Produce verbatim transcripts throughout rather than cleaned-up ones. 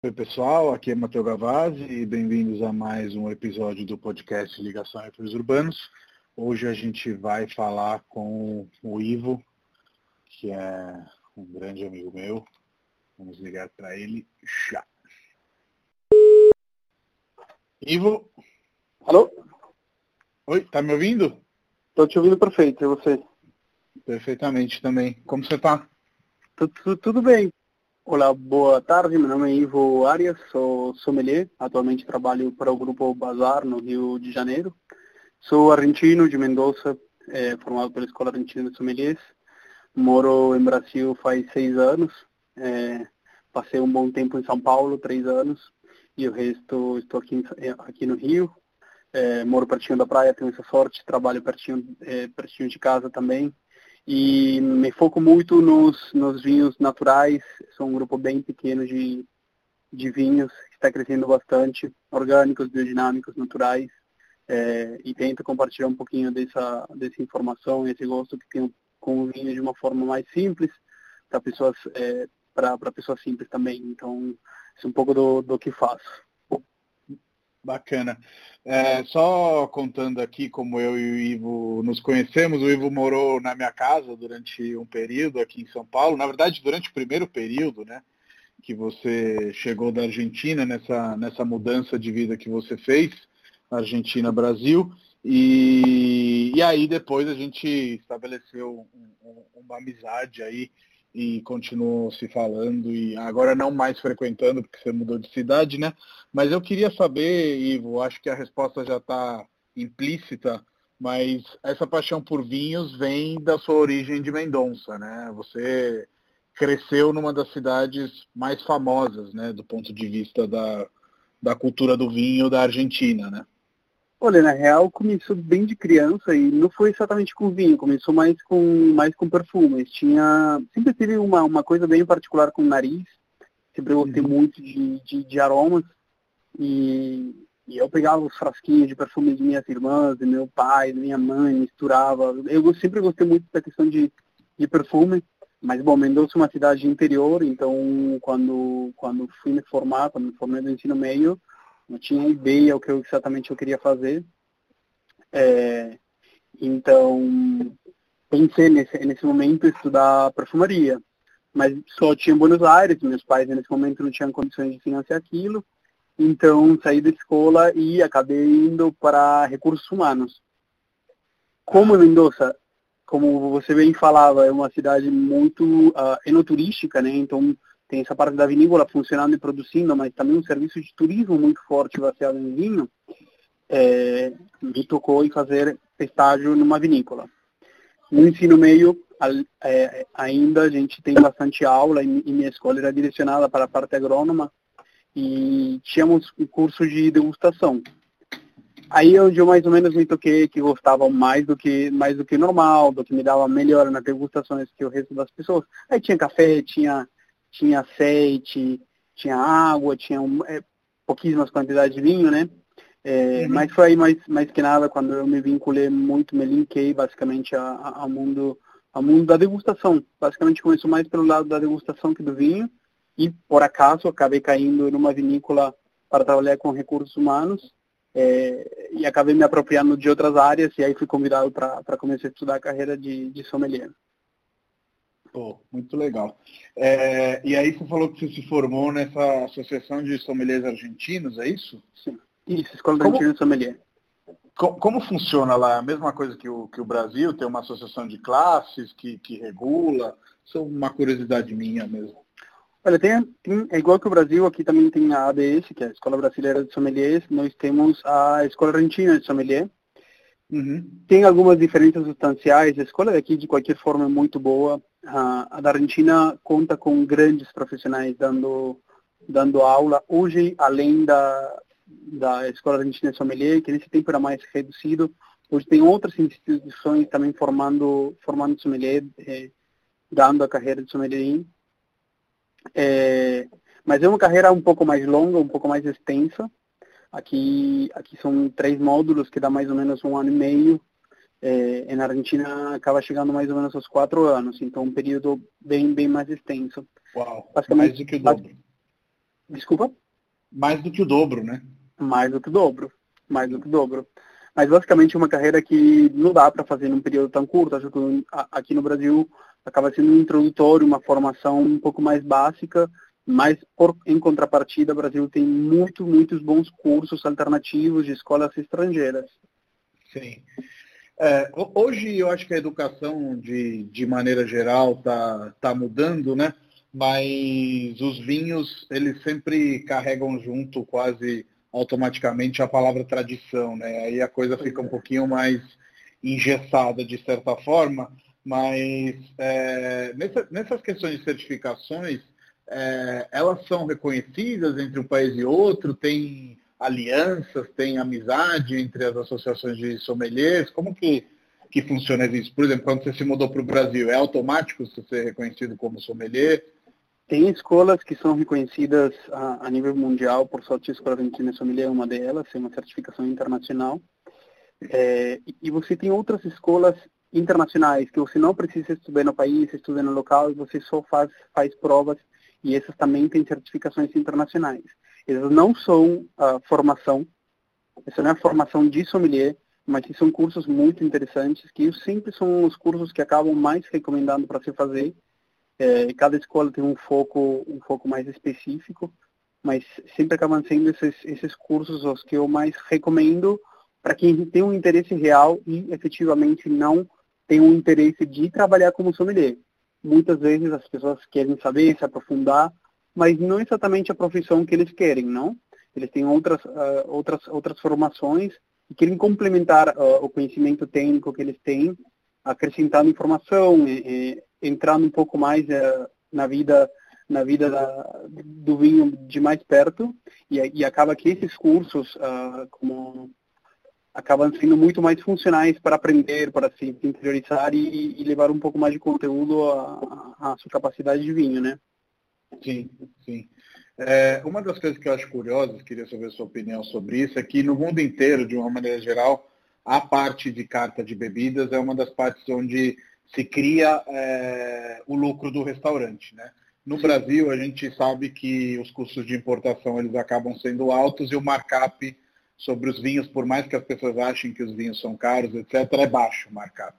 Oi pessoal, aqui é Matheus Gavazzi e bem-vindos a mais um episódio do podcast Ligação Refúgios Urbanos. Hoje a gente vai falar com o Ivo, que é um grande amigo meu. Vamos ligar para ele já. Ivo? Alô? Oi, tá me ouvindo? Estou te ouvindo perfeito, e você? Perfeitamente também. Como você tá? Tudo, tudo, tudo bem. Olá, boa tarde, meu nome é Ivo Arias, sou sommelier, atualmente trabalho para o Grupo Bazar, no Rio de Janeiro. Sou argentino, de Mendoza, é, formado pela Escola Argentina de Sommeliers. Moro em Brasil faz seis anos, é, passei um bom tempo em São Paulo, três anos, e o resto estou aqui, em- aqui no Rio. É, moro pertinho da praia, tenho essa sorte, trabalho pertinho, é, pertinho de casa também. E me foco muito nos, nos vinhos naturais, sou um grupo bem pequeno de, de vinhos, que está crescendo bastante, orgânicos, biodinâmicos, naturais, é, e tento compartilhar um pouquinho dessa, dessa informação, esse gosto que tenho com o vinho de uma forma mais simples, para pessoas, é, para pessoas simples também. Então, isso é um pouco do, do que faço. Bacana. É, só contando aqui como eu e o Ivo nos conhecemos, o Ivo morou na minha casa durante um período aqui em São Paulo, na verdade durante o primeiro período, né, que você chegou da Argentina, nessa, nessa mudança de vida que você fez, Argentina-Brasil, e, e aí depois a gente estabeleceu um- um- uma amizade aí e continuou se falando, e agora não mais frequentando, porque você mudou de cidade, né? Mas eu queria saber, Ivo, acho que a resposta já está implícita, mas essa paixão por vinhos vem da sua origem de Mendonça, né? Você cresceu numa das cidades mais famosas, né, do ponto de vista da, da cultura do vinho da Argentina, né? Olha, na real, começou bem de criança e não foi exatamente com vinho, começou mais com mais com perfumes. Tinha, sempre tive uma, uma coisa bem particular com o nariz, sempre gostei Uhum. muito de, de, de aromas e, e eu pegava os frasquinhos de perfume de minhas irmãs, de meu pai, de minha mãe, misturava. Eu go- sempre gostei muito da questão de, de perfume, mas, bom, Mendoza é uma cidade interior, então quando, quando fui me formar, quando me formei no ensino médio, não tinha ideia o que eu, exatamente eu queria fazer. É, então, pensei nesse, nesse momento em estudar perfumaria, mas só tinha em Buenos Aires, meus pais nesse momento não tinham condições de financiar aquilo, então saí da escola e acabei indo para recursos humanos. Como Ah, Mendoza, como você bem falava, é uma cidade muito uh, enoturística, né? Então tem essa parte da vinícola funcionando e produzindo, mas também um serviço de turismo muito forte baseado em vinho. É, me tocou em fazer estágio numa vinícola. No ensino médio, é, ainda a gente tem bastante aula, e minha escola era direcionada para a parte agrônoma, e tínhamos um curso de degustação. Aí é onde eu mais ou menos me toquei que gostava mais do que mais do que normal, do que me dava melhor nas degustações que o resto das pessoas. Aí tinha café, tinha, tinha azeite, tinha água, tinha um, é, pouquíssimas quantidades de vinho, né? É, uhum. mas foi aí mais, mais que nada quando eu me vinculei muito, me linkei basicamente a- a- ao mundo, ao mundo da degustação. Basicamente começou mais pelo lado da degustação que do vinho e, por acaso, acabei caindo numa vinícola para trabalhar com recursos humanos é, e acabei me apropriando de outras áreas e aí fui convidado para começar a estudar a carreira de, de sommelier. Pô, muito legal. É, e aí você falou que você se formou nessa associação de sommeliers argentinos, é isso? Sim. Isso, Escola Como, Argentina de Sommelier. co- como funciona lá? A mesma coisa que o, que o Brasil? Tem uma associação de classes que, que regula? Isso é uma curiosidade minha mesmo. Olha, tem, tem, é igual que o Brasil, aqui também tem a A B S, que é a Escola Brasileira de Sommeliers, nós temos a Escola Argentina de Sommelier. Uhum. Tem algumas diferenças substanciais, a escola daqui de qualquer forma é muito boa. A, a da Argentina conta com grandes profissionais dando, dando aula. Hoje, além da, da Escola Argentina de Sommelier, que nesse tempo era mais reduzido, hoje tem outras instituições também formando, formando sommelier, eh, dando a carreira de sommelier. É, mas é uma carreira um pouco mais longa, um pouco mais extensa. Aqui, aqui são três módulos que dá mais ou menos um ano e meio. É, na Argentina acaba chegando mais ou menos aos quatro anos, então um período bem, bem mais extenso. Uau, mais Basicamente, do que o bas- dobro. Desculpa? Mais do que o dobro, né? Mais do que o dobro. Mais do que o dobro. Mas basicamente é uma carreira que não dá para fazer num período tão curto. Acho que aqui no Brasil acaba sendo um introdutório, uma formação um pouco mais básica, mas por, em contrapartida o Brasil tem muito, muitos bons cursos alternativos de escolas estrangeiras. Sim. É, hoje eu acho que a educação de, de maneira geral está tá mudando, né? Mas os vinhos, eles sempre carregam junto quase automaticamente a palavra tradição, né? Aí a coisa fica um pouquinho mais engessada de certa forma, mas é, nessa, nessas questões de certificações, é, elas são reconhecidas entre um país e outro, tem alianças, tem amizade entre as associações de sommeliers, como que, que funciona isso? Por exemplo, quando você se mudou para o Brasil, é automático você ser reconhecido como sommelier? Tem escolas que são reconhecidas a, a nível mundial, por sorte a Escola Argentina de Sommelier é uma delas, é uma certificação internacional. É, e você tem outras escolas internacionais que você não precisa estudar no país, estuda no local e você só faz, faz provas e essas também têm certificações internacionais. Essas não são a formação, essa não é a formação de sommelier, mas que são cursos muito interessantes, que sempre são os cursos que acabam mais recomendando para se fazer. É, cada escola tem um foco, um foco mais específico, mas sempre acabam sendo esses, esses cursos os que eu mais recomendo para quem tem um interesse real e efetivamente não tem um interesse de trabalhar como sommelier. Muitas vezes as pessoas querem saber, se aprofundar, mas não exatamente a profissão que eles querem, não? Eles têm outras, uh, outras, outras formações e querem complementar uh, o conhecimento técnico que eles têm, acrescentando informação, e, e, entrando um pouco mais uh, na vida, na vida da, do vinho de mais perto, e, e acaba que esses cursos, uh, como acabam sendo muito mais funcionais para aprender, para se interiorizar e, e levar um pouco mais de conteúdo à sua capacidade de vinho, né? Sim, sim. É, uma das coisas que eu acho curiosas, queria saber a sua opinião sobre isso, é que no mundo inteiro, de uma maneira geral, a parte de carta de bebidas é uma das partes onde se cria é, o lucro do restaurante, né? No Sim. Brasil, a gente sabe que os custos de importação eles acabam sendo altos e o markup sobre os vinhos, por mais que as pessoas achem que os vinhos são caros, etcétera, é baixo o markup.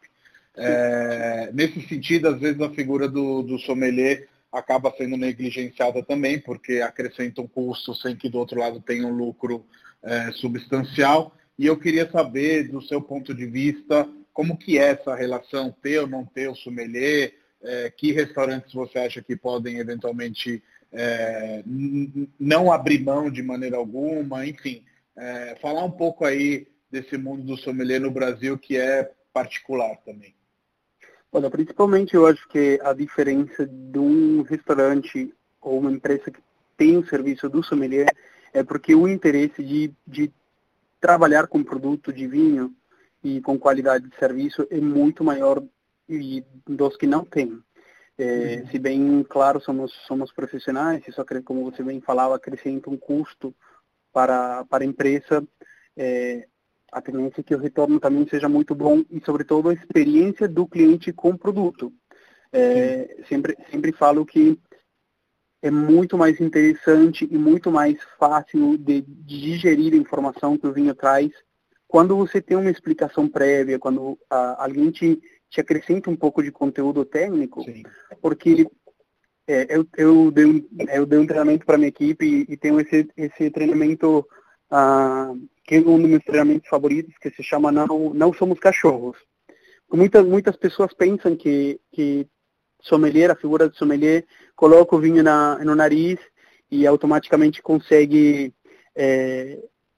É, nesse sentido, às vezes a figura do, do sommelier acaba sendo negligenciada também, porque acrescenta um custo sem que do outro lado tenha um lucro é, substancial. E eu queria saber, do seu ponto de vista, como que é essa relação, ter ou não ter o sommelier, é, que restaurantes você acha que podem eventualmente é, não abrir mão de maneira alguma, enfim, é, falar um pouco aí desse mundo do sommelier no Brasil, que é particular também. Olha, principalmente eu acho que a diferença de um restaurante ou uma empresa que tem o serviço do sommelier é porque o interesse de, de trabalhar com produto de vinho e com qualidade de serviço é muito maior e dos que não têm. É, uhum. Se bem, claro, somos, somos profissionais, isso, como você bem falava, acrescenta um custo para, para a empresa, é, a tendência é que o retorno também seja muito bom e, sobretudo, a experiência do cliente com o produto. É, sempre, sempre falo que é muito mais interessante e muito mais fácil de, de digerir a informação que o vinho traz quando você tem uma explicação prévia, quando a, alguém te, te acrescenta um pouco de conteúdo técnico, Sim. porque é, eu, eu, dei um, eu dei um treinamento para a minha equipe e, e tenho esse, esse treinamento, ah, que é um dos meus treinamentos favoritos, que se chama Não, Não Somos Cachorros. Muitas, muitas pessoas pensam que, que sommelier, a figura de sommelier, coloca o vinho na, no nariz e automaticamente consegue é,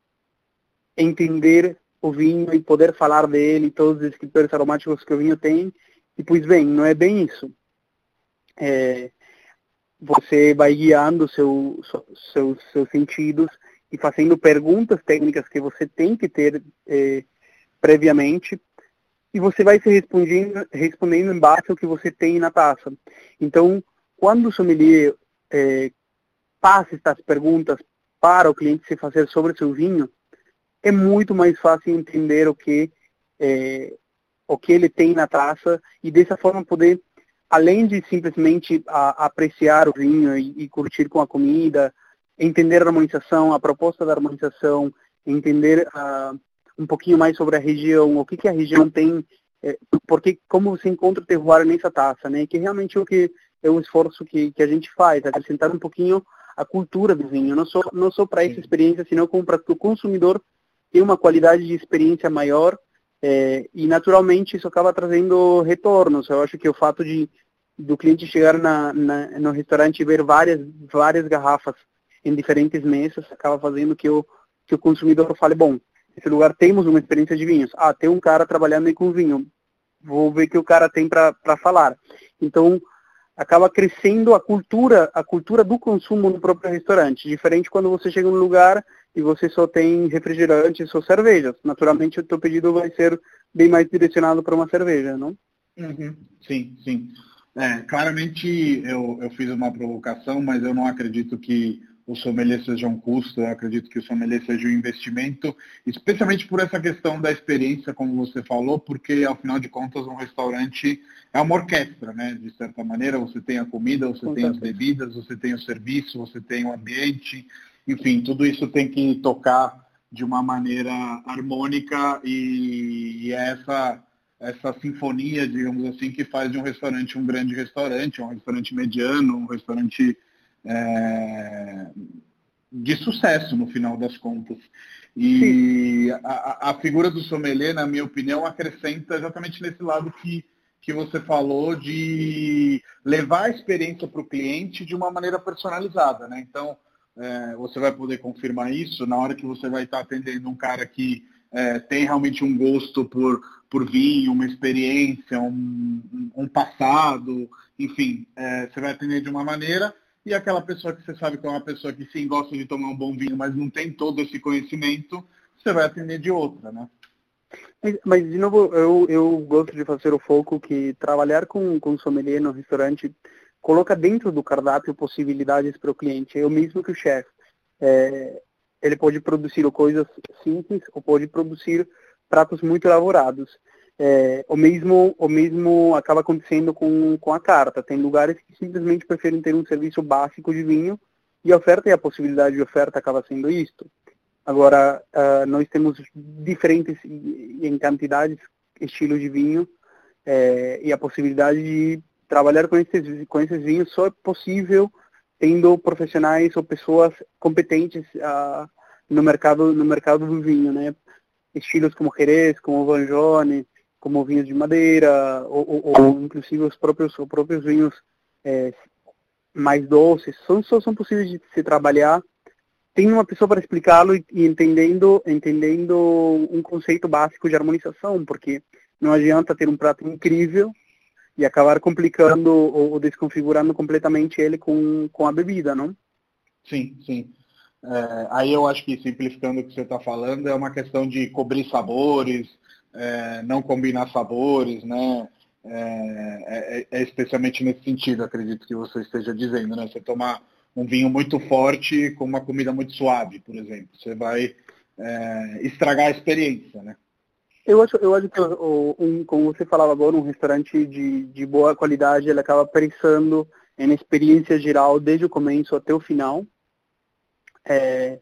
entender o vinho e poder falar dele, todos os descriptores aromáticos que o vinho tem. E, pois bem, não é bem isso. É, você vai guiando seu, seus, seus sentidos e fazendo perguntas técnicas que você tem que ter é, previamente, e você vai se respondendo, respondendo em base ao que você tem na taça. Então, quando o sommelier é, passa essas perguntas para o cliente se fazer sobre o seu vinho, é muito mais fácil entender o que, é, o que ele tem na taça e dessa forma poder, além de simplesmente a, apreciar o vinho e, e curtir com a comida, entender a harmonização, a proposta da harmonização, entender uh, um pouquinho mais sobre a região, o que, que a região tem, é, porque como você encontra o terroir nessa taça, né? Que realmente é o que é o esforço que, que a gente faz, acrescentar um pouquinho a cultura do vinho, não só não só para essa experiência, senão como para que o consumidor tenha uma qualidade de experiência maior, é, e naturalmente isso acaba trazendo retornos. Eu acho que o fato de do cliente chegar na, na, no restaurante e ver várias várias garrafas em diferentes mesas acaba fazendo que o que o consumidor fale, bom, nesse lugar temos uma experiência de vinhos. Ah, tem um cara trabalhando aí com vinho. Vou ver o que o cara tem para falar. Então, acaba crescendo a cultura, a cultura do consumo no próprio restaurante. Diferente quando você chega num lugar e você só tem refrigerantes ou cervejas. Naturalmente, o teu pedido vai ser bem mais direcionado para uma cerveja, não? Uhum. Sim, sim. É, claramente, eu, eu fiz uma provocação, mas eu não acredito que o sommelier seja um custo, eu acredito que o sommelier seja um investimento, especialmente por essa questão da experiência, como você falou, porque, ao final de contas, um restaurante é uma orquestra, né? De certa maneira, você tem a comida, você tem as bebidas, você tem o serviço, você tem o ambiente, enfim, tudo isso tem que tocar de uma maneira harmônica e, e é essa, essa sinfonia, digamos assim, que faz de um restaurante um grande restaurante, um restaurante mediano, um restaurante É, de sucesso no final das contas. E a, a figura do sommelier, na minha opinião, acrescenta exatamente nesse lado que, que você falou de levar a experiência para o cliente de uma maneira personalizada, né? Então, é, você vai poder confirmar isso na hora que você vai estar atendendo um cara que é, tem realmente um gosto por, por vinho, uma experiência, um, um passado, enfim, é, você vai atender de uma maneira. E aquela pessoa que você sabe que é uma pessoa que sim gosta de tomar um bom vinho, mas não tem todo esse conhecimento, você vai atender de outra, né? Mas, mas de novo, eu, eu gosto de fazer o foco que trabalhar com, com sommelier no restaurante coloca dentro do cardápio possibilidades para o cliente. É o mesmo que o chefe. É, ele pode produzir coisas simples ou pode produzir pratos muito elaborados. É, o mesmo o mesmo acaba acontecendo com, com a carta. Tem lugares que simplesmente preferem ter um serviço básico de vinho e a oferta e a possibilidade de oferta acaba sendo isto. Agora, uh, nós temos diferentes, em quantidades, estilos de vinho é, e a possibilidade de trabalhar com esses, com esses vinhos só é possível tendo profissionais ou pessoas competentes uh, no mercado no mercado do vinho, né? Estilos como Jerez, como Vanjone, como vinhos de madeira, ou, ou, ou inclusive os próprios, os próprios vinhos é, mais doces, são, só são possíveis de se trabalhar. Tem uma pessoa para explicá-lo e, e entendendo, entendendo um conceito básico de harmonização, porque não adianta ter um prato incrível e acabar complicando ou, ou desconfigurando completamente ele com, com a bebida, não? Sim, sim. É, aí eu acho que, simplificando o que você está falando, é uma questão de cobrir sabores, é, não combinar sabores, né? É, é, é especialmente nesse sentido, acredito que você esteja dizendo, né? Você tomar um vinho muito forte com uma comida muito suave, por exemplo. Você vai é, estragar a experiência, né? Eu acho, eu acho que, um, como você falava agora, um restaurante de, de boa qualidade, ele acaba pensando em experiência geral desde o começo até o final. É,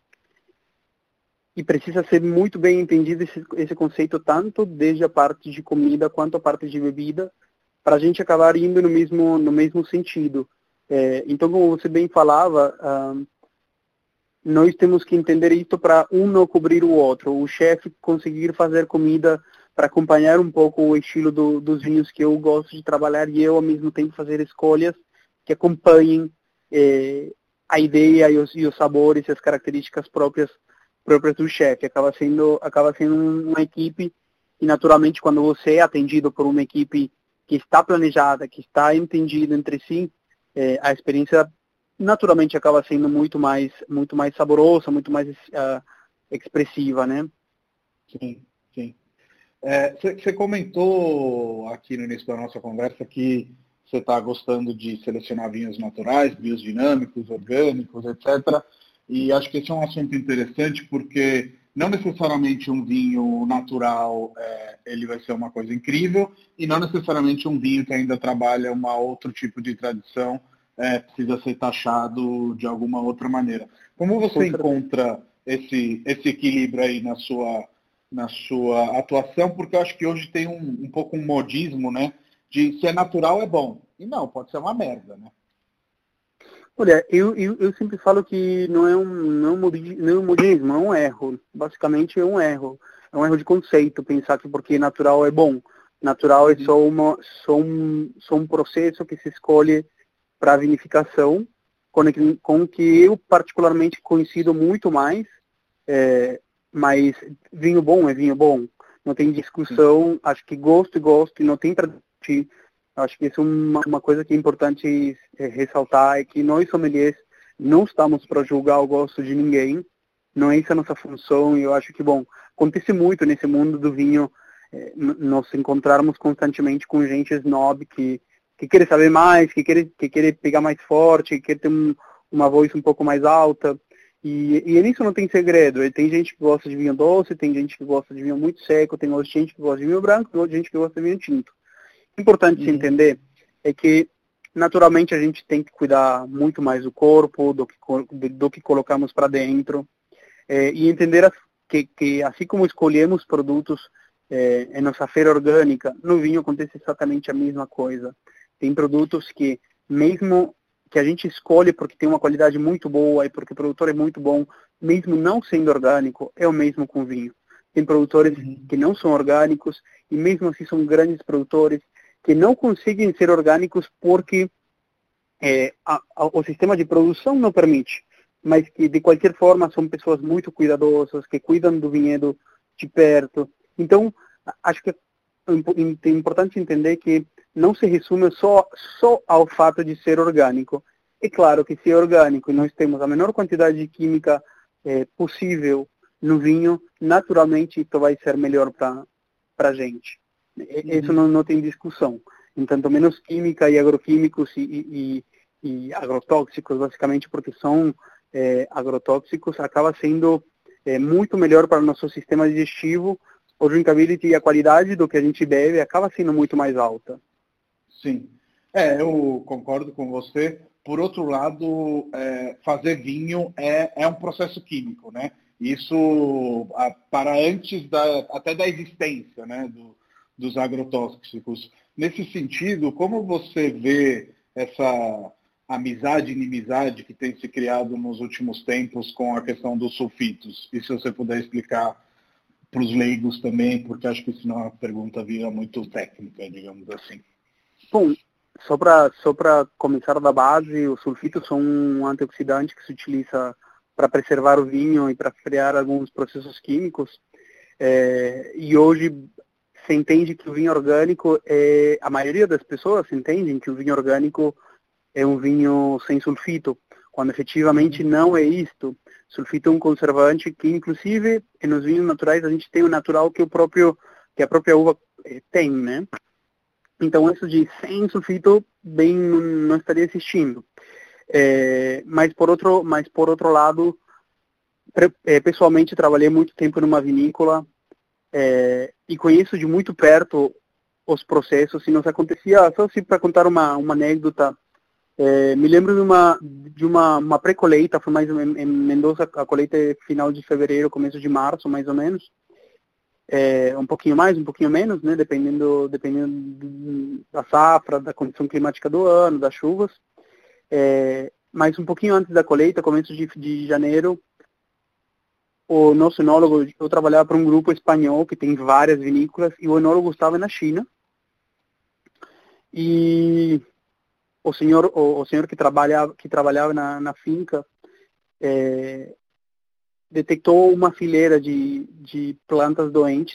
e precisa ser muito bem entendido esse, esse conceito, tanto desde a parte de comida quanto a parte de bebida, para a gente acabar indo no mesmo, no mesmo sentido. É, então, como você bem falava, uh, nós temos que entender isso para um não cobrir o outro. O chefe conseguir fazer comida para acompanhar um pouco o estilo do, dos vinhos que eu gosto de trabalhar e eu, ao mesmo tempo, fazer escolhas que acompanhem eh, a ideia e os, e os sabores e as características próprias, próprias do chefe. Acaba sendo, acaba sendo uma equipe e, naturalmente, quando você é atendido por uma equipe que está planejada, que está entendida entre si, eh, a experiência naturalmente acaba sendo muito mais muito mais saborosa, muito mais uh, expressiva, né? Sim, sim. Você é, comentou aqui no início da nossa conversa que você está gostando de selecionar vinhos naturais, biodinâmicos, orgânicos, etcétera. E acho que esse é um assunto interessante porque não necessariamente um vinho natural é, ele vai ser uma coisa incrível e não necessariamente um vinho que ainda trabalha um outro tipo de tradição é, precisa ser taxado de alguma outra maneira. Como você encontra esse, esse equilíbrio aí na sua, na sua atuação? Porque eu acho que hoje tem um, um pouco um modismo, né? De se é natural é bom. E não, pode ser uma merda, né? Olha, eu, eu, eu sempre falo que não é, um, não, é um modismo, não é um modismo, é um erro. Basicamente é um erro. É um erro de conceito pensar que porque natural é bom. Natural é só, uma, só, um, só um processo que se escolhe para a vinificação, com, com que eu particularmente coincido muito mais, é, mas vinho bom é vinho bom. Não tem discussão, acho que gosto e gosto, e não tem para discutir. Acho que isso é uma, uma coisa que é importante é, ressaltar, é que nós sommeliers não estamos para julgar o gosto de ninguém, não é essa a nossa função, e eu acho que, bom, acontece muito nesse mundo do vinho, é, nós encontrarmos constantemente com gente snob que, que quer saber mais, que quer, que quer pegar mais forte, que quer ter um, uma voz um pouco mais alta, e, e nisso não tem segredo. Tem gente que gosta de vinho doce, tem gente que gosta de vinho muito seco, tem gente que gosta de vinho branco, tem outra gente que gosta de vinho tinto. Importante uhum. se entender é que, naturalmente, a gente tem que cuidar muito mais do corpo, do que, do que colocamos para dentro, é, e entender que, que, assim como escolhemos produtos é, em nossa feira orgânica, no vinho acontece exatamente a mesma coisa. Tem produtos que, mesmo que a gente escolhe porque tem uma qualidade muito boa e porque o produtor é muito bom, mesmo não sendo orgânico, é o mesmo com vinho. Tem produtores uhum. que não são orgânicos e mesmo assim são grandes produtores que não conseguem ser orgânicos porque é, a, a, o sistema de produção não permite, mas que de qualquer forma são pessoas muito cuidadosas, que cuidam do vinhedo de perto. Então, acho que é importante entender que não se resume só, só ao fato de ser orgânico. É claro que se é orgânico e nós temos a menor quantidade de química é, possível no vinho, naturalmente isso vai ser melhor para a gente. Isso uhum. não, não tem discussão. Entanto, menos química e agroquímicos e, e, e agrotóxicos, basicamente porque são é, agrotóxicos, acaba sendo é, muito melhor para o nosso sistema digestivo. O drinkability e a qualidade do que a gente bebe acaba sendo muito mais alta. Sim. É, eu concordo com você. Por outro lado, é, fazer vinho é, é um processo químico, né? Isso a, para antes da, até da existência, né? Do, dos agrotóxicos. Nesse sentido, como você vê essa amizade e inimizade que tem se criado nos últimos tempos com a questão dos sulfitos? E se você puder explicar para os leigos também, porque acho que senão a pergunta vira muito técnica, digamos assim. Bom, só para só para começar da base, os sulfitos são um antioxidante que se utiliza para preservar o vinho e para frear alguns processos químicos. É, e hoje se entende que o vinho orgânico, é, a maioria das pessoas entendem que o vinho orgânico é um vinho sem sulfito, quando efetivamente não é isto. Sulfito é um conservante que, inclusive, nos vinhos naturais a gente tem o natural que, o próprio, que a própria uva tem, né? Então, isso de sem sulfito, bem, não estaria existindo. É, mas, por outro, mas, por outro lado, pessoalmente, trabalhei muito tempo numa vinícola, É, e conheço de muito perto os processos, e nos acontecia, só assim para contar uma, uma anécdota, é, me lembro de uma, de uma, uma pré-colheita, foi mais em, em Mendoza, a colheita é final de fevereiro, começo de março, mais ou menos, é, um pouquinho mais, um pouquinho menos, né, dependendo, dependendo da safra, da condição climática do ano, das chuvas, é, mas um pouquinho antes da colheita, começo de, de janeiro, o nosso enólogo, eu trabalhava para um grupo espanhol que tem várias vinícolas, e o enólogo estava na China. E o senhor, o, o senhor que trabalhava, que trabalhava na, na finca é, detectou uma fileira de, de plantas doentes,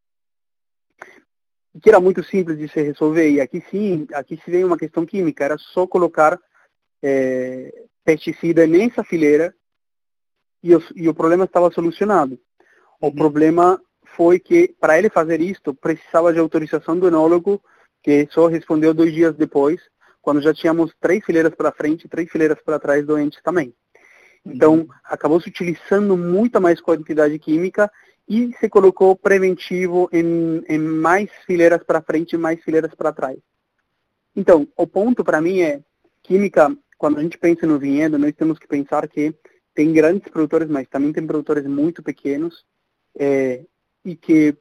que era muito simples de se resolver. E aqui sim, aqui se vem uma questão química, era só colocar é, pesticida nessa fileira, e o, e o problema estava solucionado. O uhum. problema foi que, para ele fazer isto, precisava de autorização do enólogo, que só respondeu dois dias depois, quando já tínhamos três fileiras para frente e três fileiras para trás doentes também. Então, uhum. acabou se utilizando muita mais quantidade química e se colocou preventivo em, em mais fileiras para frente e mais fileiras para trás. Então, o ponto para mim é, química quando a gente pensa no vinhedo, nós temos que pensar que tem grandes produtores, mas também tem produtores muito pequenos, é, e que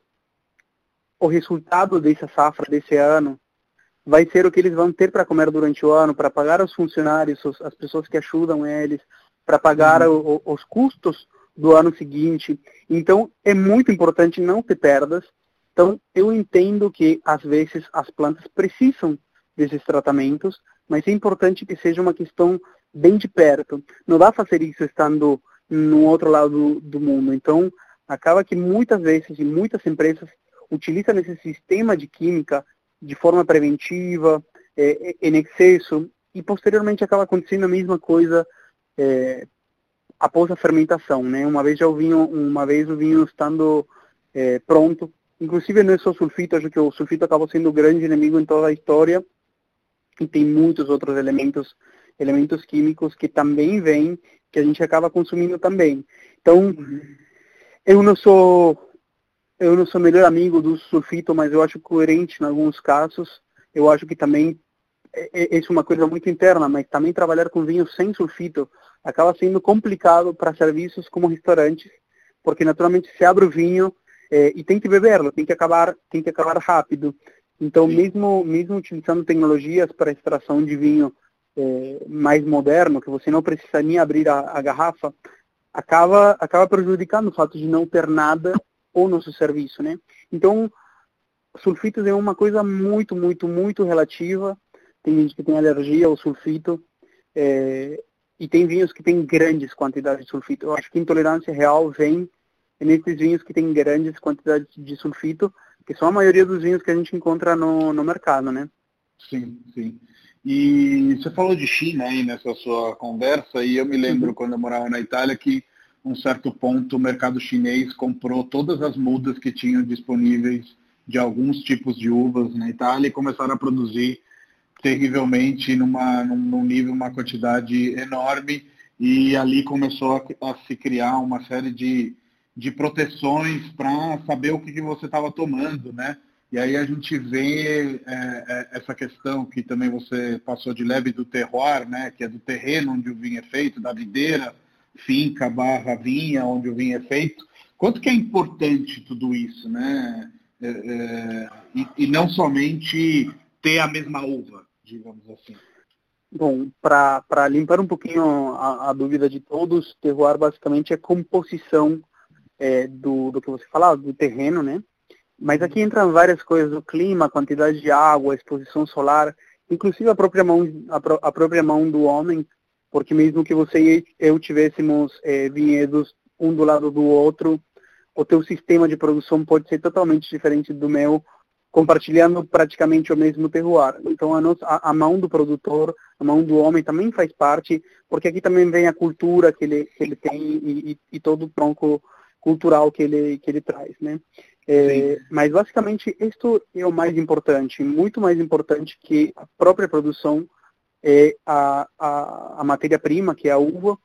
o resultado dessa safra, desse ano, vai ser o que eles vão ter para comer durante o ano, para pagar os funcionários, os, as pessoas que ajudam eles, para pagar uhum. o, os custos do ano seguinte. Então, é muito importante não ter perdas. Então, eu entendo que, às vezes, as plantas precisam desses tratamentos, mas é importante que seja uma questão bem de perto. Não dá para fazer isso estando no outro lado do, do mundo. Então, acaba que muitas vezes, e muitas empresas utilizam esse sistema de química de forma preventiva, é, em excesso, e posteriormente acaba acontecendo a mesma coisa é, após a fermentação, né? Uma vez já o vinho, uma vez o vinho estando é, pronto, inclusive não é só sulfito, acho que o sulfito acabou sendo o grande inimigo em toda a história, e tem muitos outros elementos, elementos químicos que também vêm, que a gente acaba consumindo também. Então, uhum. eu não sou eu não sou melhor amigo do sulfito, mas eu acho coerente em alguns casos. Eu acho que também é, é, é uma coisa muito interna, mas também trabalhar com vinho sem sulfito acaba sendo complicado para serviços como restaurantes, porque naturalmente se abre o vinho é, e tem que beberlo, tem que acabar, tem que acabar rápido. Então, mesmo, mesmo utilizando tecnologias para extração de vinho é, mais moderno, que você não precisa nem abrir a, a garrafa, acaba, acaba prejudicando o fato de não ter nada ou nosso serviço, né? Então, sulfitos é uma coisa muito, muito, muito relativa. Tem gente que tem alergia ao sulfito é, e tem vinhos que têm grandes quantidades de sulfito. Eu acho que a intolerância real vem nesses vinhos que têm grandes quantidades de sulfito, que são a maioria dos vinhos que a gente encontra no, no mercado, né? Sim, sim. E você falou de China aí nessa sua conversa, e eu me lembro uhum. quando eu morava na Itália que um certo ponto o mercado chinês comprou todas as mudas que tinham disponíveis de alguns tipos de uvas na Itália e começaram a produzir terrivelmente numa, num nível, uma quantidade enorme, e ali começou a, a se criar uma série de, de proteções para saber o que, que você estava tomando, né? E aí a gente vê é, é, essa questão que também você passou de leve do terroir, né? Que é do terreno onde o vinho é feito, da videira, finca barra vinha, onde o vinho é feito. Quanto que é importante tudo isso, né? É, é, e, e não somente ter a mesma uva, digamos assim. Bom, para limpar um pouquinho a, a dúvida de todos, terroir basicamente é composição é, do, do que você falava, do terreno, né? Mas aqui entram várias coisas, o clima, a quantidade de água, a exposição solar, inclusive a própria mão, a, a própria mão do homem, porque mesmo que você e eu tivéssemos é, vinhedos um do lado do outro, o teu sistema de produção pode ser totalmente diferente do meu, compartilhando praticamente o mesmo terroir. Então a, nossa, a, a mão do produtor, a mão do homem também faz parte, porque aqui também vem a cultura que ele, que ele tem e, e, e todo o tronco cultural que ele, que ele traz, né? É, mas basicamente isto é o mais importante, muito mais importante que a própria produção, é a, a, a matéria-prima, que é a uva,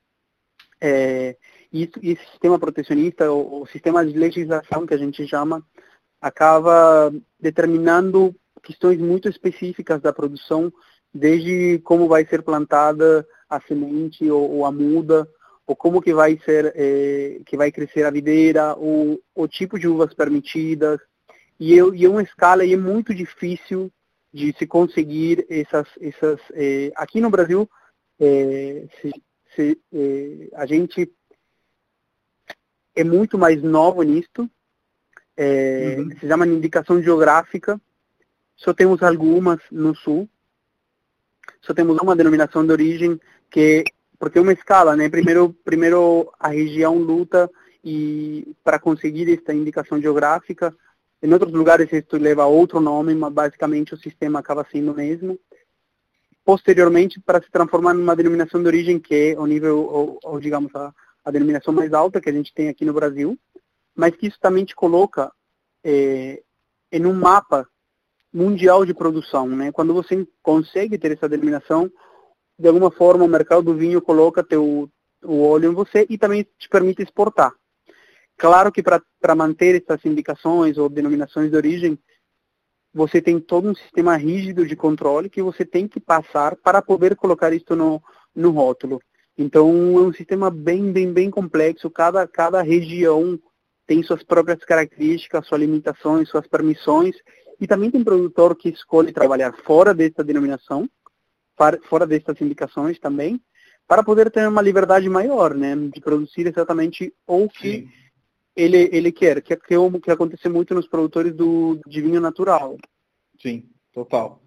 é, e, e esse sistema protecionista, o, o sistema de legislação que a gente chama, acaba determinando questões muito específicas da produção, desde como vai ser plantada a semente ou, ou a muda, ou como que vai ser, é, que vai crescer a videira, o, o tipo de uvas permitidas, e, eu, e é uma escala e é muito difícil de se conseguir essas, essas é, aqui no Brasil, é, se, se, é, a gente é muito mais novo nisto, é, uhum. se chama indicação geográfica, só temos algumas no sul, só temos uma denominação de origem que porque é uma escala, né? Primeiro, primeiro a região luta e para conseguir esta indicação geográfica. Em outros lugares isso leva outro nome, mas basicamente o sistema acaba sendo o mesmo. Posteriormente, para se transformar numa denominação de origem, que é o nível, ou, ou digamos, a, a denominação mais alta que a gente tem aqui no Brasil, mas que isso também te coloca é, em um mapa mundial de produção, né? Quando você consegue ter essa denominação, de alguma forma o mercado do vinho coloca teu, o olho em você e também te permite exportar. Claro que para manter essas indicações ou denominações de origem, você tem todo um sistema rígido de controle que você tem que passar para poder colocar isso no, no rótulo. Então, é um sistema bem, bem, bem complexo. Cada, cada região tem suas próprias características, suas limitações, suas permissões. E também tem produtor que escolhe trabalhar fora dessa denominação, fora dessas indicações também, para poder ter uma liberdade maior, né, de produzir exatamente o que ele, ele quer, que é o que acontece muito nos produtores do, de vinho natural. Sim, total.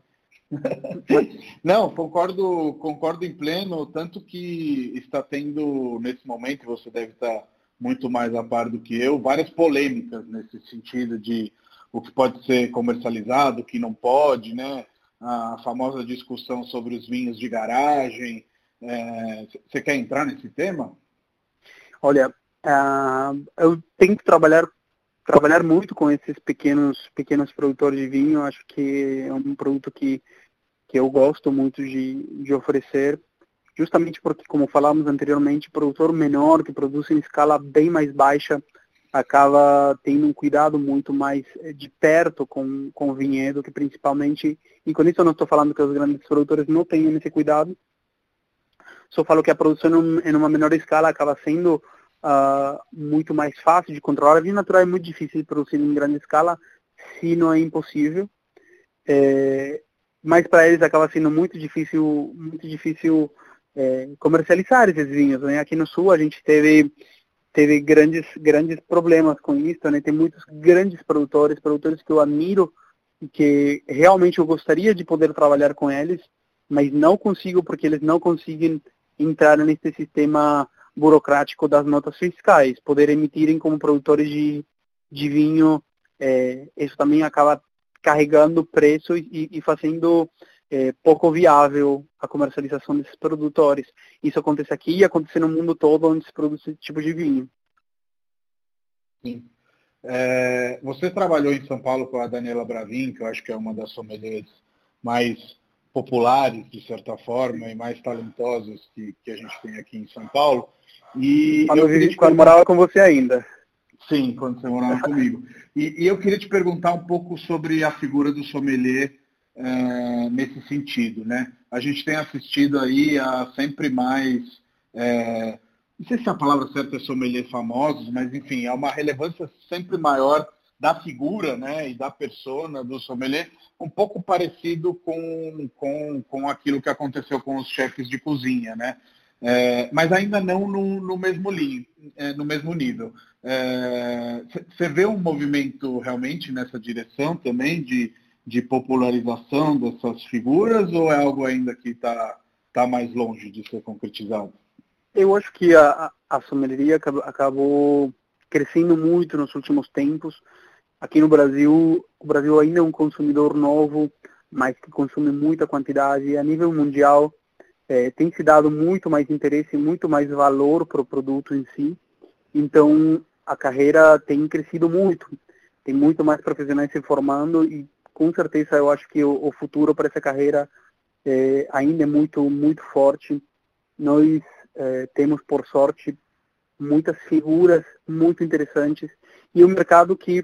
Não, concordo, concordo em pleno, tanto que está tendo, nesse momento, você deve estar muito mais a par do que eu, várias polêmicas nesse sentido de o que pode ser comercializado, o que não pode, né? A famosa discussão sobre os vinhos de garagem. É, você quer entrar nesse tema? Olha, uh, eu tento trabalhar trabalhar muito com esses pequenos pequenos produtores de vinho. Acho que é um produto que que eu gosto muito de, de oferecer, justamente porque, como falamos anteriormente, produtor menor que produz em escala bem mais baixa acaba tendo um cuidado muito mais de perto com, com o vinhedo, que principalmente, e com isso eu não estou falando que os grandes produtores não tenham esse cuidado, só falo que a produção em uma menor escala acaba sendo uh, muito mais fácil de controlar. A vinho natural é muito difícil de produzir em grande escala, se não é impossível. É, mas para eles acaba sendo muito difícil, muito difícil é, comercializar esses vinhos, né? Aqui no Sul a gente teve teve grandes grandes problemas com isso, né? Tem muitos grandes produtores, produtores que eu admiro e que realmente eu gostaria de poder trabalhar com eles, mas não consigo porque eles não conseguem entrar nesse sistema burocrático das notas fiscais, poder emitirem como produtores de, de vinho. É, isso também acaba carregando o preço e, e fazendo é, pouco viável a comercialização desses produtores. Isso acontece aqui e acontece no mundo todo onde se produz esse tipo de vinho. Sim. É, você trabalhou em São Paulo com a Daniela Bravin, que eu acho que é uma das sommeliers mais populares, de certa forma, e mais talentosas que, que a gente tem aqui em São Paulo. E quando eu eu quando morava com você ainda. Sim, quando você morava comigo. E, e eu queria te perguntar um pouco sobre a figura do sommelier é, nesse sentido, né? A gente tem assistido aí a sempre mais, é, não sei se a palavra certa é sommelier famosos, mas enfim, há uma relevância sempre maior da figura, né, e da persona do sommelier, um pouco parecido com, com, com aquilo que aconteceu com os chefes de cozinha, né? É, mas ainda não no, no, mesmo, li, é, no mesmo nível. Você é, vê um movimento realmente nessa direção também de, de popularização dessas figuras ou é algo ainda que está tá mais longe de ser concretizado? Eu acho que a, a sommeleria acabou crescendo muito nos últimos tempos. Aqui no Brasil, o Brasil ainda é um consumidor novo, mas que consome muita quantidade. A nível mundial, é, tem se dado muito mais interesse, muito mais valor para o produto em si. Então, a carreira tem crescido muito. Tem muito mais profissionais se formando e, com certeza, eu acho que o, o futuro para essa carreira é, ainda é muito, muito forte. Nós é, temos, por sorte, muitas figuras muito interessantes e um mercado que,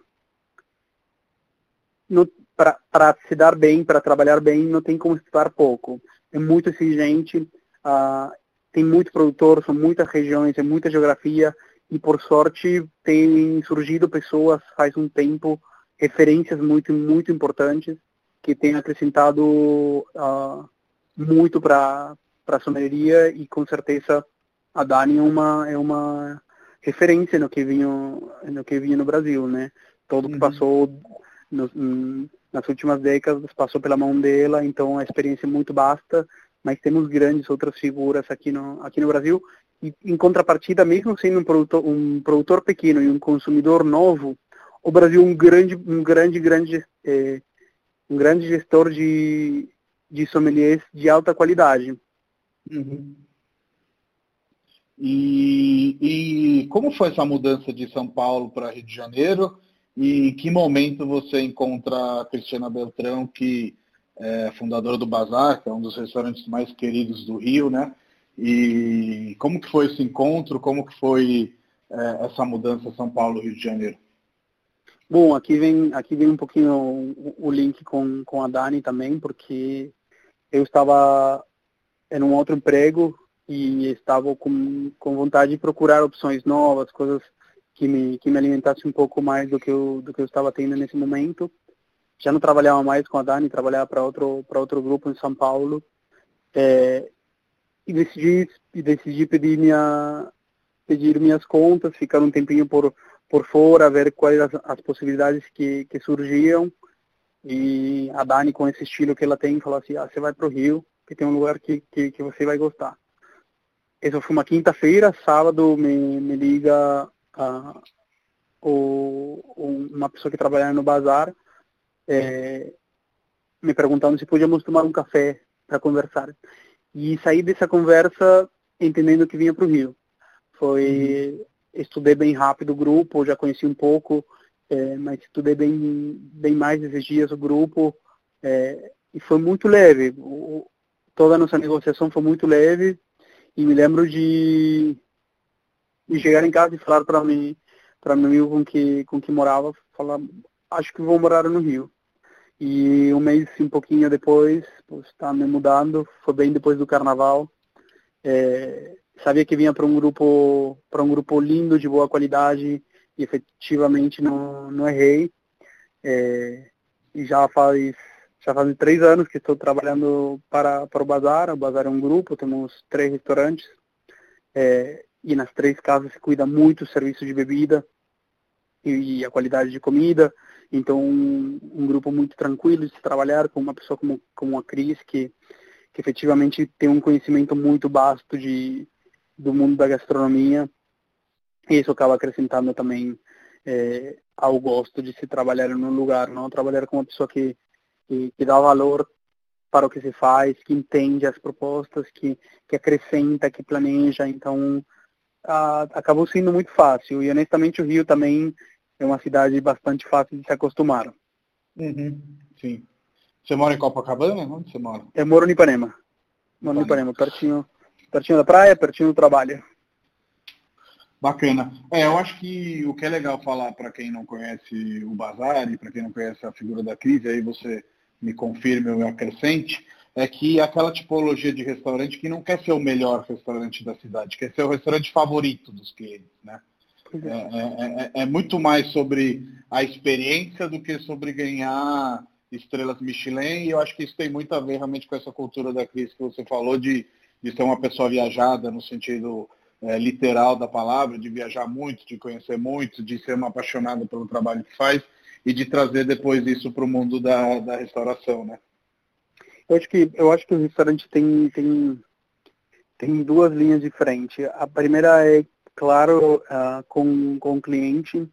para se dar bem, para trabalhar bem, não tem como estudar pouco. É muito exigente, uh, tem muito produtor, são muitas regiões, é muita geografia, e por sorte tem surgido pessoas faz um tempo, referências muito, muito importantes, que têm acrescentado uh, muito para a sommeleria, e com certeza a Dani é uma, é uma referência no que vinha no, que vinha no Brasil, né? Todo que passou no, nas últimas décadas passou pela mão dela, então a experiência é muito vasta, mas temos grandes outras figuras aqui no, aqui no Brasil. E, em contrapartida, mesmo sendo um produtor, um produtor pequeno e um consumidor novo, o Brasil é um grande, um grande, grande, é, um grande gestor de, de sommeliers de alta qualidade. Uhum. E, e como foi essa mudança de São Paulo para Rio de Janeiro? E em que momento você encontra a Cristiana Beltrão, que é fundadora do Bazar, que é um dos restaurantes mais queridos do Rio, né? E como que foi esse encontro? Como que foi é, essa mudança São Paulo-Rio de Janeiro? Bom, aqui vem, aqui vem um pouquinho o, o link com, com a Dani também, porque eu estava em um outro emprego e estava com, com vontade de procurar opções novas, coisas que me, que me alimentassem um pouco mais do que, eu, do que eu estava tendo nesse momento. Já não trabalhava mais com a Dani, trabalhava para outro, para outro grupo em São Paulo. É, e decidi, e decidi pedir, minha, pedir minhas contas, ficar um tempinho por, por fora, ver quais as, as possibilidades que, que surgiam. E a Dani, com esse estilo que ela tem, falou assim, ah, você vai para o Rio, que tem um lugar que, que, que você vai gostar. Essa foi uma quinta-feira, sábado me, me liga ah, o, uma pessoa que trabalhava no bazar, é, me perguntando se podíamos tomar um café para conversar. E saí dessa conversa entendendo que vinha para o Rio. Foi, uhum. Estudei bem rápido o grupo, já conheci um pouco, é, mas estudei bem, bem mais esses dias o grupo, é, e foi muito leve. O, toda a nossa negociação foi muito leve, e me lembro de, de chegar em casa e falar para mim, para meu amigo com que, com que morava, falar, acho que vou morar no Rio. E um mês e um pouquinho depois, está me mudando, foi bem depois do carnaval. É, sabia que vinha para um grupo para um grupo lindo, de boa qualidade, e efetivamente não, não errei. É, e já faz, já faz três anos que estou trabalhando para, para o Bazar. O Bazar é um grupo, temos três restaurantes, é, e nas três casas se cuida muito o serviço de bebida e, e a qualidade de comida. Então, um, um grupo muito tranquilo de se trabalhar, com uma pessoa como, como a Cris, que, que efetivamente tem um conhecimento muito vasto de, do mundo da gastronomia. E isso acaba acrescentando também é, ao gosto de se trabalhar em um lugar, não trabalhar com uma pessoa que, que, que dá valor para o que se faz, que entende as propostas, que, que acrescenta, que planeja. Então, a, acabou sendo muito fácil. E, honestamente, o Rio também é uma cidade bastante fácil de se acostumar. Uhum, sim. Você mora em Copacabana? Onde você mora? Eu moro em Ipanema. Moro em Ipanema, pertinho, pertinho da praia, pertinho do trabalho. Bacana. É, eu acho que o que é legal falar para quem não conhece o Bazar e para quem não conhece a figura da Cris, aí você me confirme ou me acrescente, é que aquela tipologia de restaurante que não quer ser o melhor restaurante da cidade, quer ser o restaurante favorito dos clientes, né? É, é, é, é muito mais sobre a experiência do que sobre ganhar estrelas Michelin, e eu acho que isso tem muito a ver realmente com essa cultura da Cris que você falou, de, de ser uma pessoa viajada no sentido é, literal da palavra, de viajar muito, de conhecer muito, de ser uma apaixonada pelo trabalho que faz e de trazer depois isso para o mundo da, da restauração, né? Eu acho que, eu acho que o restaurante tem, tem, tem duas linhas de frente. A primeira é, claro, uh, com, com o cliente,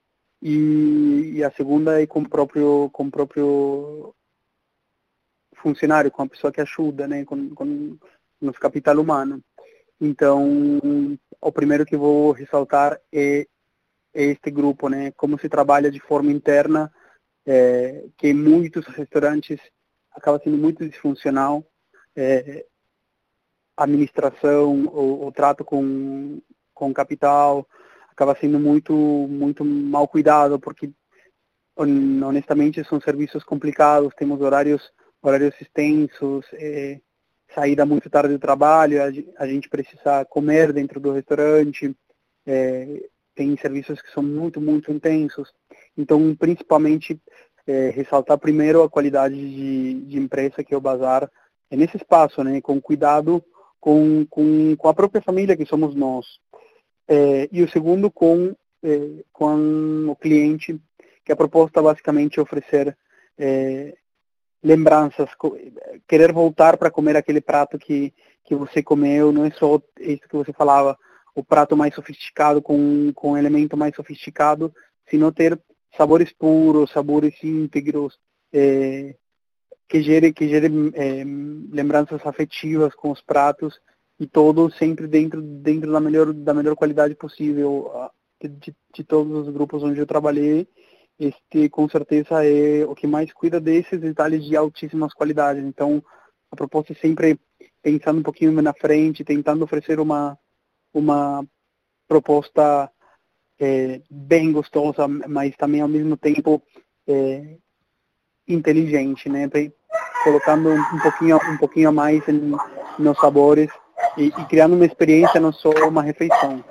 e, e a segunda é com o próprio, com o próprio funcionário, com a pessoa que ajuda, né, com, com nosso capital humano. Então, o primeiro que vou ressaltar é, é este grupo, né, como se trabalha de forma interna, é, que em muitos restaurantes acaba sendo muito disfuncional. É, a administração, o, o trato com, com o capital acaba sendo muito, muito mal cuidado, porque honestamente são serviços complicados, temos horários, horários extensos, é, saída muito tarde do trabalho, a, a gente precisa comer dentro do restaurante, é, tem serviços que são muito, muito intensos. Então, principalmente, é, ressaltar primeiro a qualidade de, de empresa que é o Bazar, é nesse espaço, né, com cuidado com, com, com a própria família que somos nós. É, e o segundo, com, é, com o cliente, que a proposta basicamente é oferecer é, lembranças, querer voltar para comer aquele prato que, que você comeu, não é só isso que você falava, o prato mais sofisticado, com, com um elemento mais sofisticado, sino ter sabores puros, sabores íntegros, é, que gere, que gere é, lembranças afetivas com os pratos, e todo sempre dentro, dentro da, melhor, da melhor qualidade possível. De, de todos os grupos onde eu trabalhei, este com certeza é o que mais cuida desses detalhes de altíssimas qualidades. Então, a proposta é sempre pensando um pouquinho na frente, tentando oferecer uma, uma proposta é, bem gostosa, mas também ao mesmo tempo é, inteligente, né? Colocando um pouquinho, um pouquinho a mais em, nos sabores e, e criando uma experiência, não só uma refeição.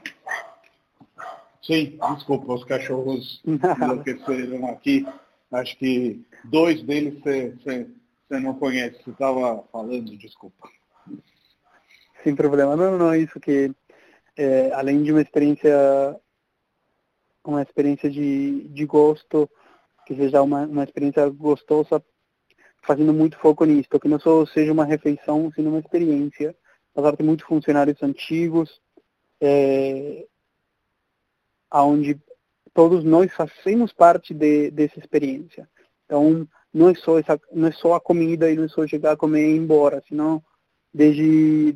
Sim, desculpa, os cachorros enlouqueceram aqui. Acho que dois deles você não conhece, você estava falando, desculpa. Sem problema, não, não, isso que é, além de uma experiência, uma experiência de, de gosto, que seja uma, uma experiência gostosa, fazendo muito foco nisso, que não só seja uma refeição, sino uma experiência. Apesar de muitos funcionários antigos, é, onde todos nós fazemos parte de, dessa experiência. Então, não é, só essa, não é só a comida e não é só chegar a comer e ir embora, senão desde,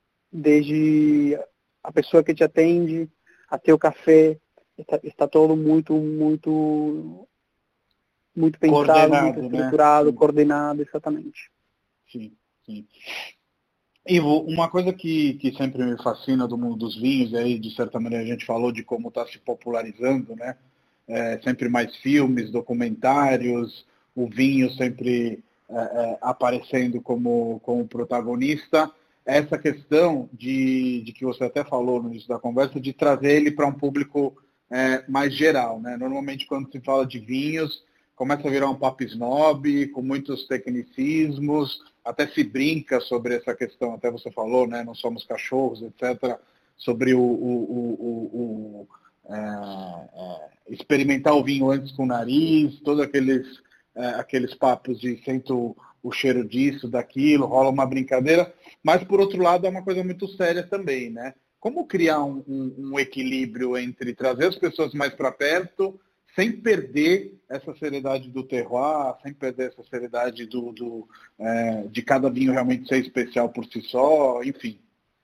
desde a pessoa que te atende até o café, está, está todo muito, muito, muito pensado, coordenado, muito estruturado, né? Coordenado, exatamente. Sim, sim. Ivo, uma coisa que, que sempre me fascina do mundo dos vinhos, e aí de certa maneira a gente falou de como está se popularizando, né? É, sempre mais filmes, documentários, o vinho sempre é, é, aparecendo como, como protagonista. Essa questão de, de que você até falou no início da conversa, de trazer ele para um público é, mais geral, né? Normalmente quando se fala de vinhos, começa a virar um papo snob, com muitos tecnicismos, até se brinca sobre essa questão, até você falou, né, não somos cachorros, etcétera, sobre o, o, o, o é, é, experimentar o vinho antes com o nariz, todos aqueles, é, aqueles papos de sinto o cheiro disso, daquilo, rola uma brincadeira, mas por outro lado é uma coisa muito séria também, né? Como criar um, um, um equilíbrio entre trazer as pessoas mais para perto, sem perder essa seriedade do terroir, sem perder essa seriedade do, do, é, de cada vinho realmente ser especial por si só, enfim.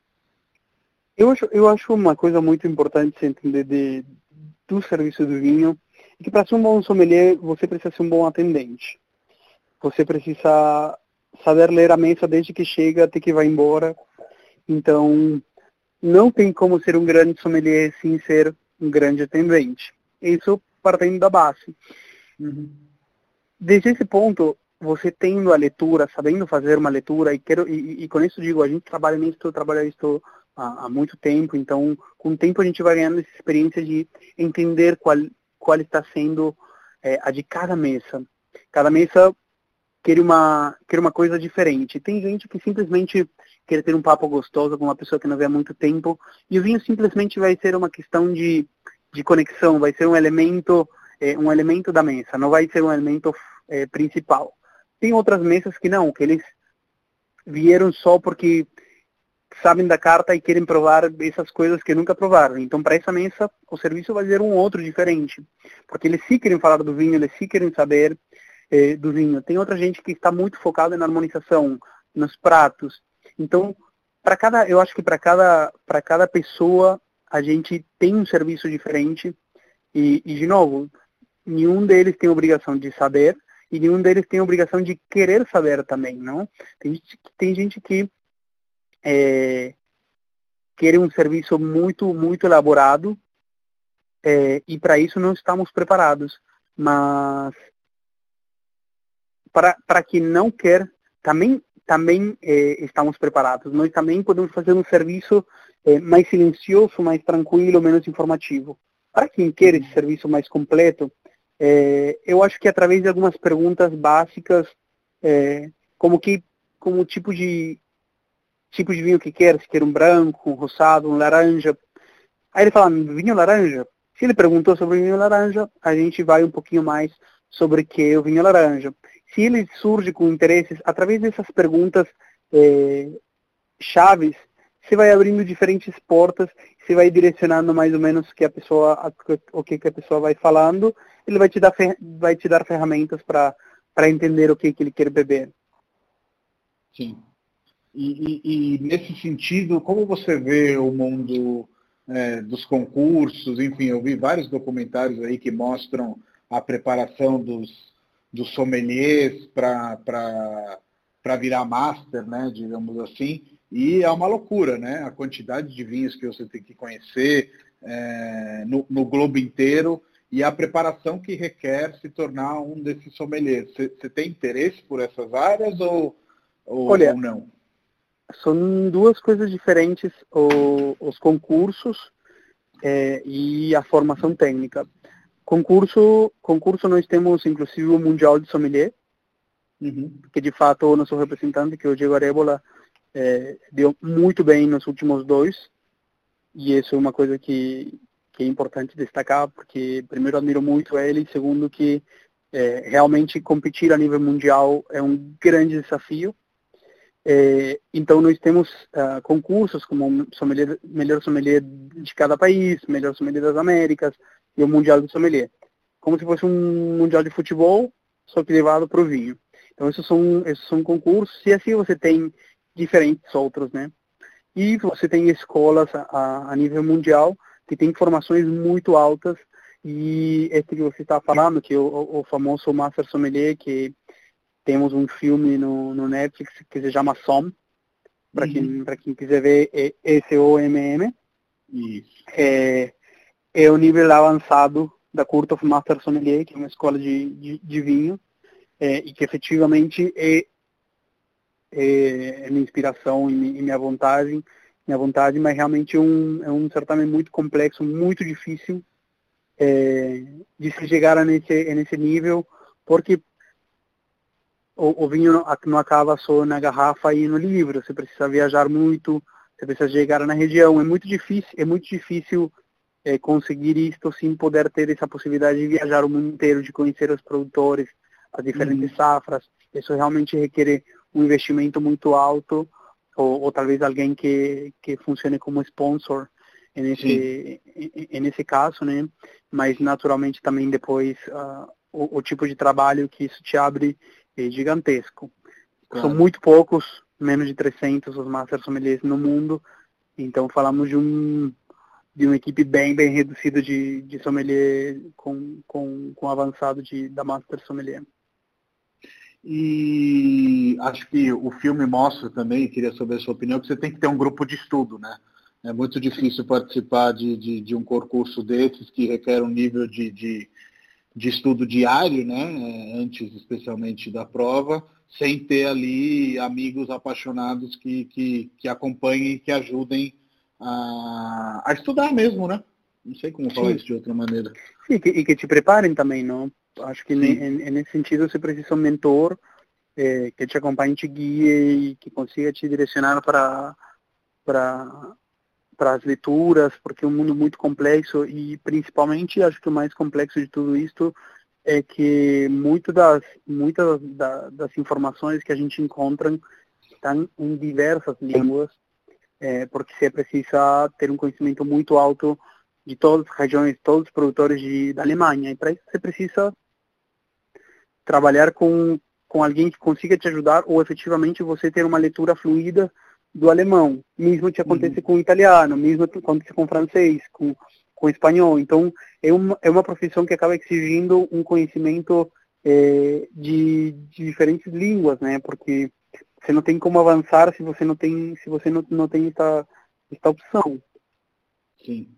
Eu acho, eu acho uma coisa muito importante você entender de, do serviço do vinho, é que para ser um bom sommelier, você precisa ser um bom atendente. Você precisa saber ler a mesa desde que chega até que vai embora. Então, não tem como ser um grande sommelier sem ser um grande atendente. Isso partindo da base. Uhum. Desde esse ponto, você tendo a leitura, sabendo fazer uma leitura, e, quero, e, e com isso digo, a gente trabalha nisso, trabalha isso há, há muito tempo, então com o tempo a gente vai ganhando essa experiência de entender qual, qual está sendo é, a de cada mesa. Cada mesa quer uma, quer uma coisa diferente. Tem gente que simplesmente quer ter um papo gostoso com uma pessoa que não vê há muito tempo, e o vinho simplesmente vai ser uma questão de de conexão, vai ser um elemento, é, um elemento da mesa, não vai ser um elemento é, principal. Tem outras mesas que não, que eles vieram só porque sabem da carta e querem provar essas coisas que nunca provaram. Então, para essa mesa, o serviço vai ser um outro diferente, porque eles sim querem falar do vinho, eles sim querem saber é, do vinho. Tem outra gente que está muito focada na harmonização, nos pratos. Então, para cada, eu acho que para cada, para cada pessoa a gente tem um serviço diferente e, e, de novo, nenhum deles tem obrigação de saber e nenhum deles tem obrigação de querer saber também, não? Tem gente, tem gente que é, quer um serviço muito, muito elaborado é, e para isso não estamos preparados. Mas para, para quem não quer, também, também é, estamos preparados. Nós também podemos fazer um serviço É, mais silencioso, mais tranquilo, menos informativo. Para quem quer esse serviço mais completo, é, eu acho que através de algumas perguntas básicas, é, como que, como tipo de tipo de vinho que quer, se quer um branco, um rosado, um laranja. Aí ele fala, vinho laranja? Se ele perguntou sobre vinho laranja, a gente vai um pouquinho mais sobre o que é o vinho laranja. Se ele surge com interesses, através dessas perguntas é, chaves, você vai abrindo diferentes portas, você vai direcionando mais ou menos que a pessoa, a, o que, que a pessoa vai falando, ele vai te dar, vai te dar ferramentas para entender o que, que ele quer beber. Sim. E, e, e nesse sentido, como você vê o mundo é, dos concursos? Enfim, eu vi vários documentários aí que mostram a preparação dos, dos sommeliers para virar master, né, digamos assim. E é uma loucura, né? A quantidade de vinhos que você tem que conhecer, é, no, no globo inteiro e a preparação que requer se tornar um desses sommeliers. Você tem interesse por essas áreas ou, ou, Olha, ou não? São duas coisas diferentes, o, os concursos é, e a formação técnica. Concurso, concurso nós temos inclusive o Mundial de Sommelier, uhum. que de fato o nosso representante, que é o Diego Arebola, é, deu muito bem nos últimos dois, e isso é uma coisa que, que é importante destacar, porque primeiro admiro muito ele, e segundo que é, realmente competir a nível mundial é um grande desafio. É, então nós temos uh, concursos como sommelier, melhor sommelier de cada país, melhor sommelier das Américas e o Mundial de Sommelier. Como se fosse um Mundial de futebol, só que levado para o vinho. Então esses são, esses são concursos e assim você tem diferentes outros, né? E você tem escolas a, a nível mundial que tem formações muito altas e esse que você está falando, que é o, o famoso Master Sommelier, que temos um filme no, no Netflix que se chama Somm, para uhum. quem, para quem quiser ver, é S O M M. Isso. É, é o nível avançado da Court of Master Sommelier, que é uma escola de, de, de vinho, é, e que efetivamente é, é, é minha inspiração e minha vontade, minha vontade, mas realmente é um, é um certame muito complexo, muito difícil é, de se chegar a nesse, a nesse nível, porque O, o vinho não, não acaba só na garrafa e no livro. Você precisa viajar muito, você precisa chegar na região. É muito difícil, é muito difícil é, conseguir isto sem poder ter essa possibilidade de viajar o mundo inteiro, de conhecer os produtores, as diferentes uhum. safras. Isso realmente requer um investimento muito alto, ou, ou talvez alguém que, que funcione como sponsor nesse, em, nesse caso, né? Mas naturalmente também depois uh, o, o tipo de trabalho que isso te abre é gigantesco. Claro. São muito poucos, menos de trezentos os Master Sommeliers no mundo, então falamos de um de uma equipe bem, bem reduzida de, de sommelier com, com, com avançado de, da Master Sommelier. E acho que o filme mostra também, queria saber a sua opinião, que você tem que ter um grupo de estudo, né? É muito difícil participar de, de, de um concurso desses que requer um nível de, de de estudo diário, né, antes especialmente da prova, sem ter ali amigos apaixonados que, que, que acompanhem e que ajudem a, a estudar mesmo, né? Não sei como falar Sim. isso de outra maneira. Sim, e que, e que te preparem também, não? Acho que ne, nesse sentido você precisa um mentor eh, que te acompanhe, te guie e que consiga te direcionar para para para as leituras, porque é um mundo muito complexo e principalmente acho que o mais complexo de tudo isso é que muito das, muitas da, das informações que a gente encontra estão em diversas línguas, é, porque você precisa ter um conhecimento muito alto de todas as regiões, todos os produtores de, da Alemanha, e para isso você precisa trabalhar com, com alguém que consiga te ajudar ou efetivamente você ter uma leitura fluida do alemão, mesmo que aconteça uhum. com o italiano, mesmo que aconteça com o francês, com, com o espanhol. Então, é uma, é uma profissão que acaba exigindo um conhecimento é, de, de diferentes línguas, né? Porque você não tem como avançar se você não tem, se você não, não tem essa, essa opção. Sim.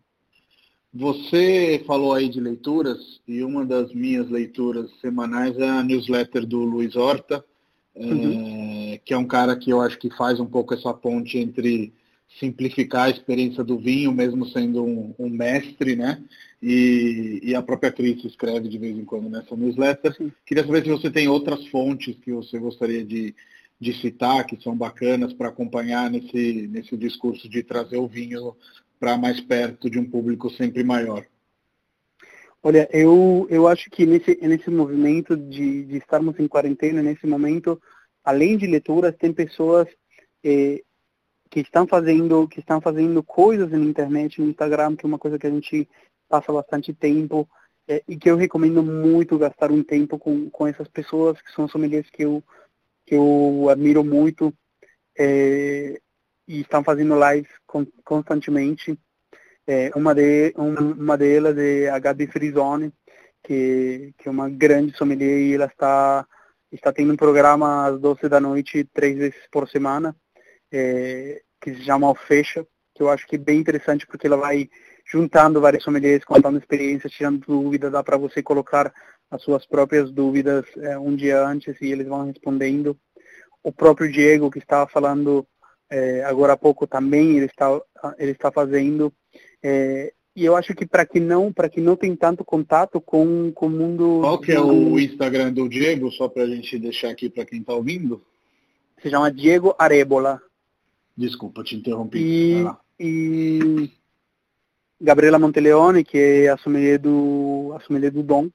Você falou aí de leituras, e uma das minhas leituras semanais é a newsletter do Luiz Horta, Uhum. É, que é um cara que eu acho que faz um pouco essa ponte entre simplificar a experiência do vinho, mesmo sendo um, um mestre, né? E, e a própria Cris escreve de vez em quando nessa newsletter. Sim. Queria saber se você tem outras fontes que você gostaria de, de citar, que são bacanas para acompanhar nesse, nesse discurso de trazer o vinho para mais perto de um público sempre maior. Olha, eu, eu acho que nesse, nesse movimento de, de estarmos em quarentena, nesse momento, além de leituras, tem pessoas eh, que estão fazendo que estão fazendo coisas na internet, no Instagram, que é uma coisa que a gente passa bastante tempo, eh, e que eu recomendo muito gastar um tempo com, com essas pessoas, que são sommeliers que eu, que eu admiro muito, eh, e estão fazendo lives constantemente. É, uma, de, um, uma delas é a Gabi Frisone, que, que é uma grande sommelier e ela está, está tendo um programa às doze da noite, três vezes por semana, é, que se chama O Fecha, que eu acho que é bem interessante porque ela vai juntando vários sommeliers, contando experiências, tirando dúvidas, dá para você colocar as suas próprias dúvidas é, um dia antes e eles vão respondendo. O próprio Diego, que estava falando é, agora há pouco também, ele está, ele está fazendo. É, e eu acho que para quem não, para quem não tem tanto contato com, com o mundo... Qual que é o Instagram do Diego, só para a gente deixar aqui para quem está ouvindo? Se chama Diego Arebola. Desculpa, te interrompi. E, e Gabriela Monteleone, que é a sommelier do, a sommelier do Dom.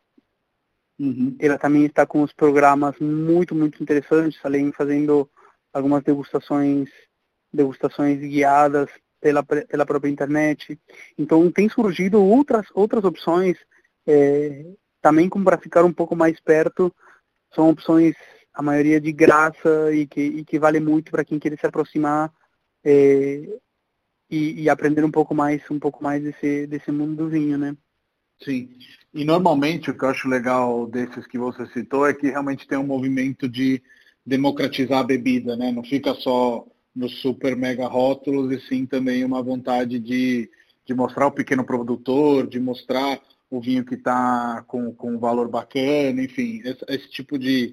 Uhum. Ela também está com os programas muito, muito interessantes, além de fazendo algumas degustações, degustações guiadas pela, pela própria internet. Então, tem surgido outras, outras opções, é, também como para ficar um pouco mais perto. São opções, a maioria de graça e que, e que vale muito para quem quer se aproximar é, e, e aprender um pouco mais, um pouco mais desse, desse mundo do vinho, né? Sim. E normalmente o que eu acho legal desses que você citou é que realmente tem um movimento de democratizar a bebida, né? Não fica só nos super mega rótulos, e sim também uma vontade de, de mostrar o pequeno produtor, de mostrar o vinho que está com, com um valor bacana, enfim, esse, esse tipo de,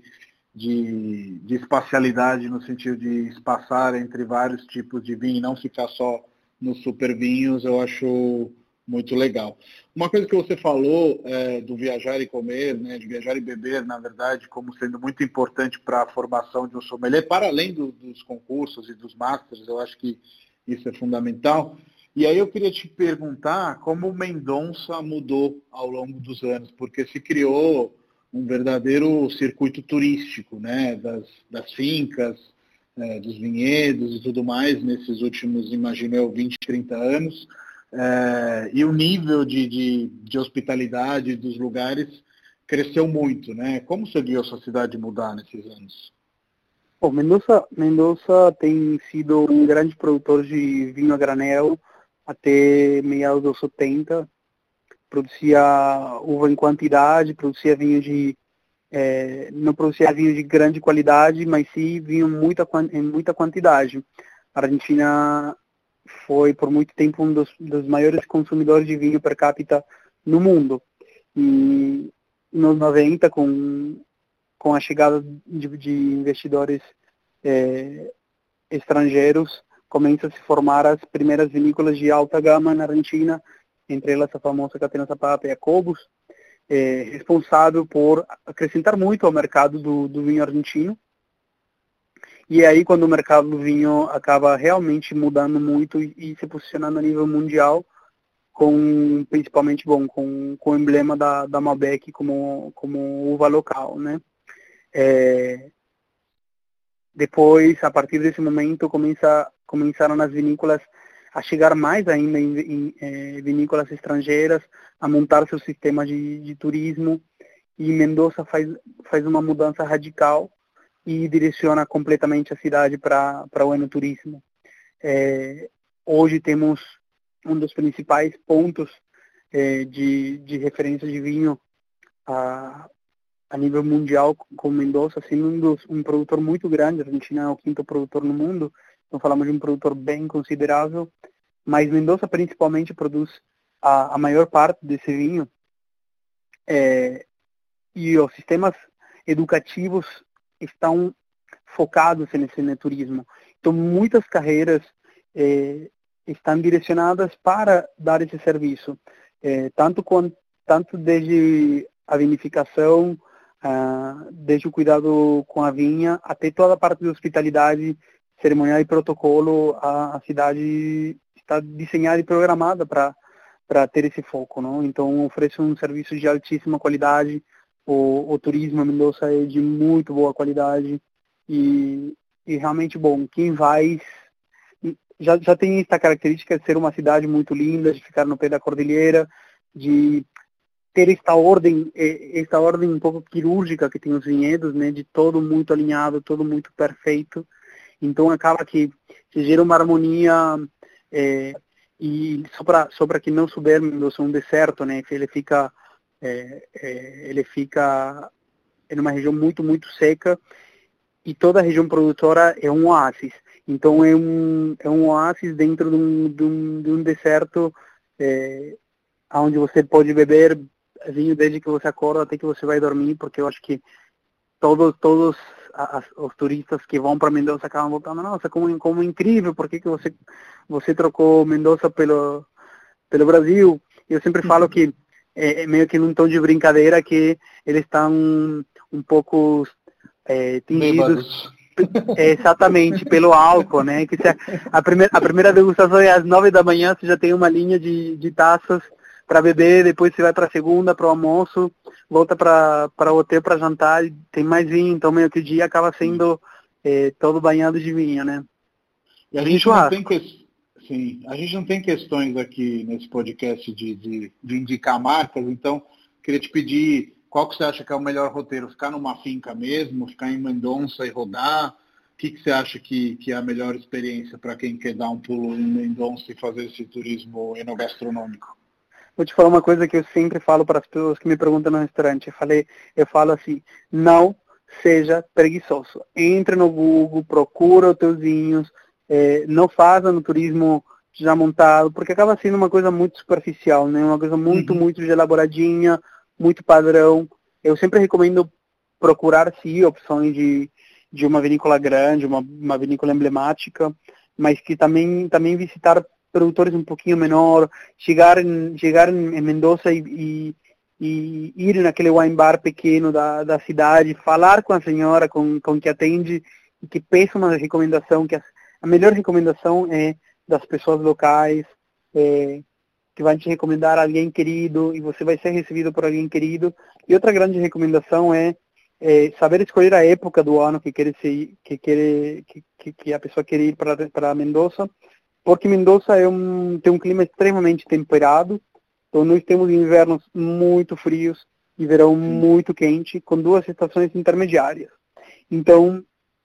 de, de espacialidade no sentido de espaçar entre vários tipos de vinho e não ficar só nos super vinhos, eu acho muito legal. Uma coisa que você falou é, do viajar e comer, né, de viajar e beber, na verdade, como sendo muito importante para a formação de um sommelier, para além do, dos concursos e dos masters, eu acho que isso é fundamental. E aí eu queria te perguntar como o Mendonça mudou ao longo dos anos, porque se criou um verdadeiro circuito turístico, né, das, das fincas, é, dos vinhedos e tudo mais, nesses últimos, imagino eu, vinte, trinta anos. É, e o nível de, de, de hospitalidade dos lugares cresceu muito, né? Como você viu a sua cidade mudar nesses anos? Bom, Mendoza, Mendoza tem sido um grande produtor de vinho a granel até meados dos setenta. Produzia uva em quantidade, produzia vinho de... É, não produzia vinho de grande qualidade, mas sim vinho muita, em muita quantidade. A Argentina foi por muito tempo um dos, dos maiores consumidores de vinho per capita no mundo. E nos noventa, com, com a chegada de, de investidores é, estrangeiros, começam a se formar as primeiras vinícolas de alta gama na Argentina, entre elas a famosa Catena Zapata e a Cobos, é, responsável por acrescentar muito ao mercado do, do vinho argentino. E aí, quando o mercado do vinho acaba realmente mudando muito e, e se posicionando a nível mundial, com principalmente bom, com, com o emblema da, da Malbec como, como uva local, né? É, depois, a partir desse momento, começa, começaram as vinícolas a chegar mais ainda em, em, em vinícolas estrangeiras, a montar seu sistema de, de turismo, e Mendoza faz, faz uma mudança radical e direciona completamente a cidade para o enoturismo. É, hoje temos um dos principais pontos é, de, de referência de vinho a, a nível mundial, com Mendoza, sendo um, dos, um produtor muito grande. A Argentina é o quinto produtor no mundo, então falamos de um produtor bem considerável, mas Mendoza principalmente produz a, a maior parte desse vinho, é, e os sistemas educativos estão focados nesse enoturismo. Então, muitas carreiras eh, estão direcionadas para dar esse serviço, eh, tanto, com, tanto desde a vinificação, ah, desde o cuidado com a vinha, até toda a parte de hospitalidade, cerimonial e protocolo. A, a cidade está desenhada e programada para para ter esse foco, não? Então, oferece um serviço de altíssima qualidade. O, o turismo em Mendoza é de muito boa qualidade e, e realmente bom. Quem vai já, já tem essa característica de ser uma cidade muito linda, de ficar no pé da cordilheira, de ter esta ordem, esta ordem um pouco quirúrgica que tem os vinhedos, né? De todo muito alinhado, todo muito perfeito. Então acaba que se gera uma harmonia. É, e só para só para quem não souber, Mendoza é um deserto, né? Ele fica É, é, ele fica em uma região muito, muito seca e toda a região produtora é um oásis. Então, é um, é um oásis dentro de um, de um, de um deserto é, onde você pode beber vinho desde que você acorda até que você vai dormir, porque eu acho que todos, todos as, os turistas que vão para Mendoza acabam voltando, nossa, como, como incrível, por que, que você, você trocou Mendoza pelo, pelo Brasil? Eu sempre falo que é, é meio que num tom de brincadeira que eles estão um pouco é, tingidos é, exatamente pelo álcool, né? Que se a, a, primeira, a primeira degustação é às nove da manhã, você já tem uma linha de, de taças para beber, depois você vai para a segunda, para o almoço, volta para o hotel para jantar, tem mais vinho, então meio que o dia acaba sendo é, todo banhado de vinho, né? E a gente não tem que... Sim, a gente não tem questões aqui nesse podcast de, de, de indicar marcas, então queria te pedir qual que você acha que é o melhor roteiro, ficar numa finca mesmo, ficar em Mendonça e rodar? O que, que você acha que, que é a melhor experiência para quem quer dar um pulo em Mendonça e fazer esse turismo enogastronômico? Vou te falar uma coisa que eu sempre falo para as pessoas que me perguntam no restaurante. Eu, falei, eu falo assim, não seja preguiçoso. Entre no Google, procura os teus vinhos, é, não faça no turismo já montado, porque acaba sendo uma coisa muito superficial, né? Uma coisa muito, uhum. muito elaboradinha, muito padrão. Eu sempre recomendo procurar, sim, opções de, de uma vinícola grande, uma, uma vinícola emblemática, mas que também, também visitar produtores um pouquinho menor, chegar em, chegar em Mendoza e, e, e ir naquele wine bar pequeno da, da cidade, falar com a senhora, com, com que atende, e que peça uma recomendação, que a, a melhor recomendação é das pessoas locais, é, que vai te recomendar alguém querido, e você vai ser recebido por alguém querido. E outra grande recomendação é, é saber escolher a época do ano que, quer se, que, quer, que, que a pessoa quer ir para, para Mendoza, porque Mendoza é um, tem um clima extremamente temperado, então nós temos invernos muito frios e verão muito quente, com duas estações intermediárias. Então,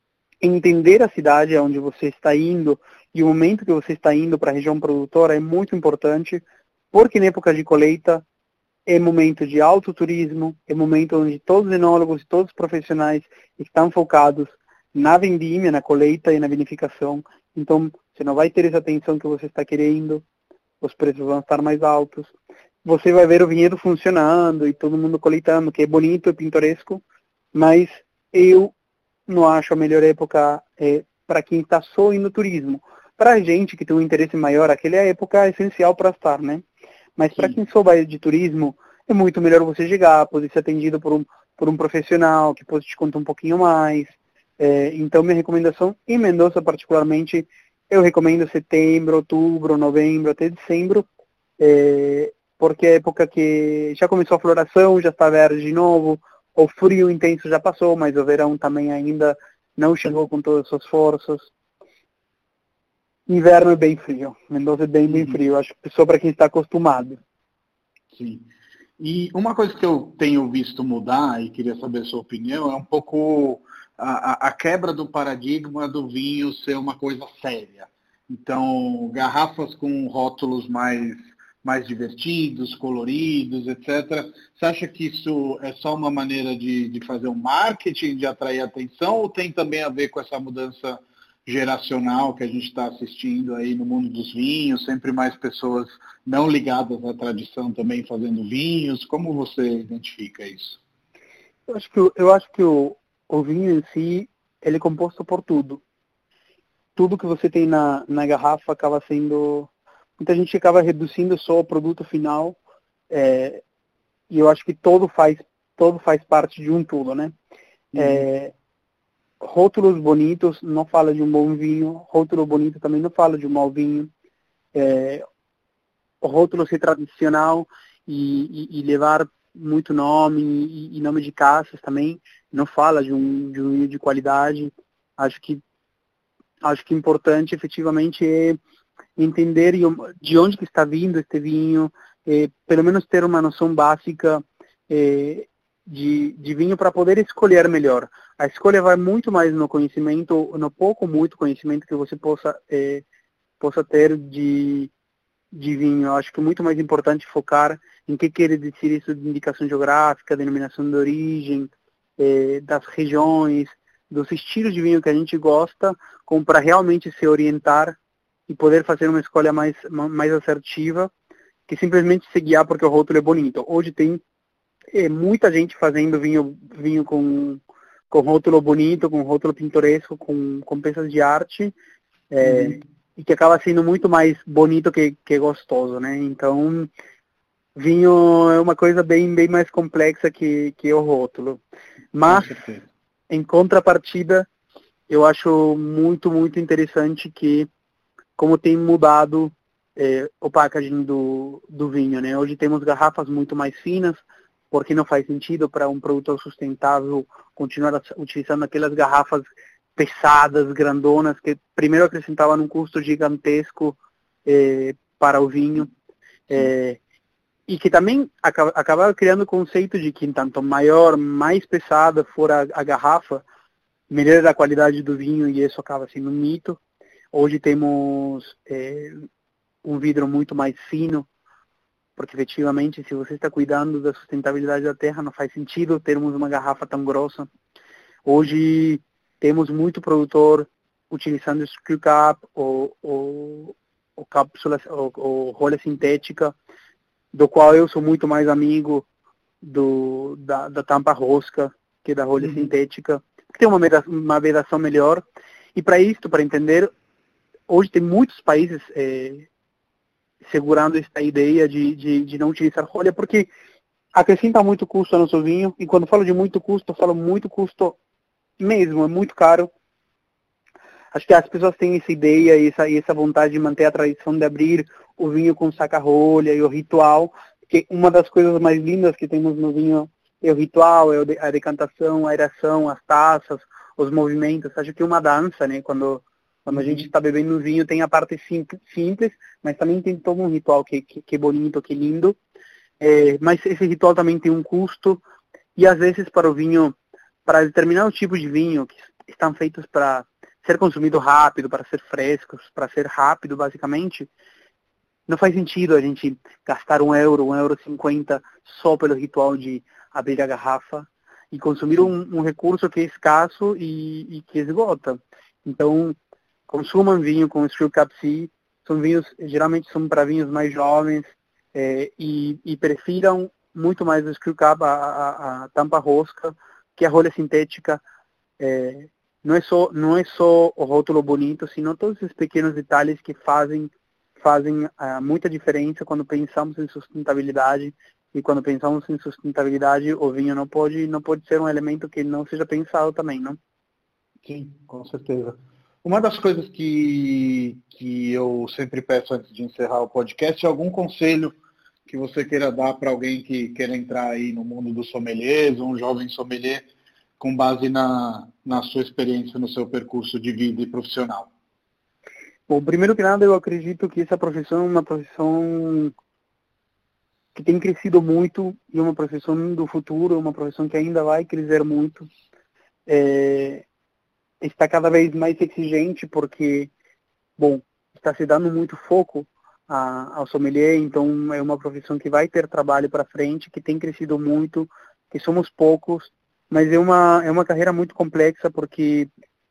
entender a cidade onde você está indo e o momento que você está indo para a região produtora é muito importante, porque na época de colheita é momento de alto turismo, é momento onde todos os enólogos e todos os profissionais estão focados na vendimia, na colheita e na vinificação. Então, você não vai ter essa atenção que você está querendo, os preços vão estar mais altos. Você vai ver o vinhedo funcionando e todo mundo coletando, que é bonito, é pintoresco, mas eu não acho a melhor época é, para quem está só indo no turismo. Para a gente que tem um interesse maior, aquela é a época essencial para estar, né? Mas para quem só vai de turismo, é muito melhor você chegar, poder ser atendido por um, por um profissional que pode te contar um pouquinho mais. É, então, minha recomendação, em Mendoza particularmente, eu recomendo setembro, outubro, novembro, até dezembro, é, porque é a época que já começou a floração, já está verde de novo, o frio intenso já passou, mas o verão também ainda não chegou com todas as suas forças. Inverno é bem frio, Mendoza é bem, bem frio, acho que só para quem está acostumado. Sim. E uma coisa que eu tenho visto mudar, e queria saber a sua opinião, é um pouco a, a quebra do paradigma do vinho ser uma coisa séria. Então, garrafas com rótulos mais, mais divertidos, coloridos, etcétera. Você acha que isso é só uma maneira de, de fazer um marketing, de atrair atenção, ou tem também a ver com essa mudança geracional que a gente está assistindo aí no mundo dos vinhos, sempre mais pessoas não ligadas à tradição também fazendo vinhos? Como você identifica isso? Eu acho que, eu acho que o, o vinho em si, ele é composto por tudo. Tudo que você tem na, na garrafa acaba sendo... Muita gente acaba reduzindo só o produto final, é, e eu acho que todo faz, todo faz parte de um tudo, né? Uhum. É, rótulos bonitos não fala de um bom vinho, rótulo bonito também não fala de um mau vinho. É, o rótulo ser tradicional e, e, e levar muito nome e, e nome de casas também não fala de um, de um vinho de qualidade. Acho que acho que importante efetivamente é entender de onde que está vindo este vinho, é, pelo menos ter uma noção básica é, de, de vinho para poder escolher melhor. A escolha vai muito mais no conhecimento, no pouco muito conhecimento que você possa, é, possa ter de, de vinho. Eu acho que é muito mais importante focar em que quer dizer isso de indicação geográfica, denominação de origem, é, das regiões, dos estilos de vinho que a gente gosta, como para realmente se orientar e poder fazer uma escolha mais, mais assertiva que simplesmente se guiar porque o rótulo é bonito. Hoje tem é, muita gente fazendo vinho, vinho com, com rótulo bonito, com rótulo pintoresco, com, com peças de arte, é, uhum. e que acaba sendo muito mais bonito que, que gostoso, né? Então, vinho é uma coisa bem, bem mais complexa que, que o rótulo. Mas, em contrapartida, eu acho muito, muito interessante que, como tem mudado é, o packaging do, do vinho, né? Hoje temos garrafas muito mais finas, porque não faz sentido para um produtor sustentável continuar utilizando aquelas garrafas pesadas, grandonas, que primeiro acrescentavam um custo gigantesco é, para o vinho. É, e que também acaba, acaba criando o conceito de que, tanto maior, mais pesada for a, a garrafa, melhor a qualidade do vinho, e isso acaba sendo um mito. Hoje temos é, um vidro muito mais fino, porque efetivamente, se você está cuidando da sustentabilidade da terra, não faz sentido termos uma garrafa tão grossa. Hoje temos muito produtor utilizando screw cap ou, ou, ou cápsula ou, ou rolha sintética, do qual eu sou muito mais amigo do, da, da tampa rosca que da rolha uhum. sintética, que tem uma, uma vedação melhor. E para isso, para entender, hoje tem muitos países é, segurando esta ideia de, de, de não utilizar rolha, porque acrescenta muito custo ao nosso vinho, e quando falo de muito custo, eu falo muito custo mesmo, é muito caro. Acho que as pessoas têm essa ideia e essa, e essa vontade de manter a tradição de abrir o vinho com saca-rolha e o ritual, que uma das coisas mais lindas que temos no vinho é o ritual, é a decantação, a aeração, as taças, os movimentos. Acho que é uma dança, né? Quando, quando uhum. a gente está bebendo um vinho, tem a parte simples, simples, mas também tem todo um ritual que, que, que é bonito, que é lindo. É, mas esse ritual também tem um custo, e às vezes para o vinho, para determinados tipos de vinho que estão feitos para ser consumido rápido, para ser frescos, para ser rápido, basicamente, não faz sentido a gente gastar um euro, um euro cinquenta só pelo ritual de abrir a garrafa e consumir um, um recurso que é escasso e, e que esgota. Então, consumam vinho com screw cap C, são vinhos, geralmente são para vinhos mais jovens, é, e, e prefiram muito mais o screw cap, a, a, a tampa rosca, que a rolha sintética. É, não é só não é só o rótulo bonito, senão todos esses pequenos detalhes que fazem fazem uh, muita diferença quando pensamos em sustentabilidade. E quando pensamos em sustentabilidade, o vinho não pode não pode ser um elemento que não seja pensado também, não? Sim, com certeza. Uma das coisas que que eu sempre peço antes de encerrar o podcast é algum conselho que você queira dar para alguém que queira entrar aí no mundo dos sommeliers, um jovem sommelier, com base na, na sua experiência, no seu percurso de vida e profissional. Bom, primeiro que nada, eu acredito que essa profissão é uma profissão que tem crescido muito, e é uma profissão do futuro, é uma profissão que ainda vai crescer muito. É, está cada vez mais exigente porque, bom, está se dando muito foco a, ao sommelier, então é uma profissão que vai ter trabalho para frente, que tem crescido muito, que somos poucos, mas é uma, é uma carreira muito complexa, porque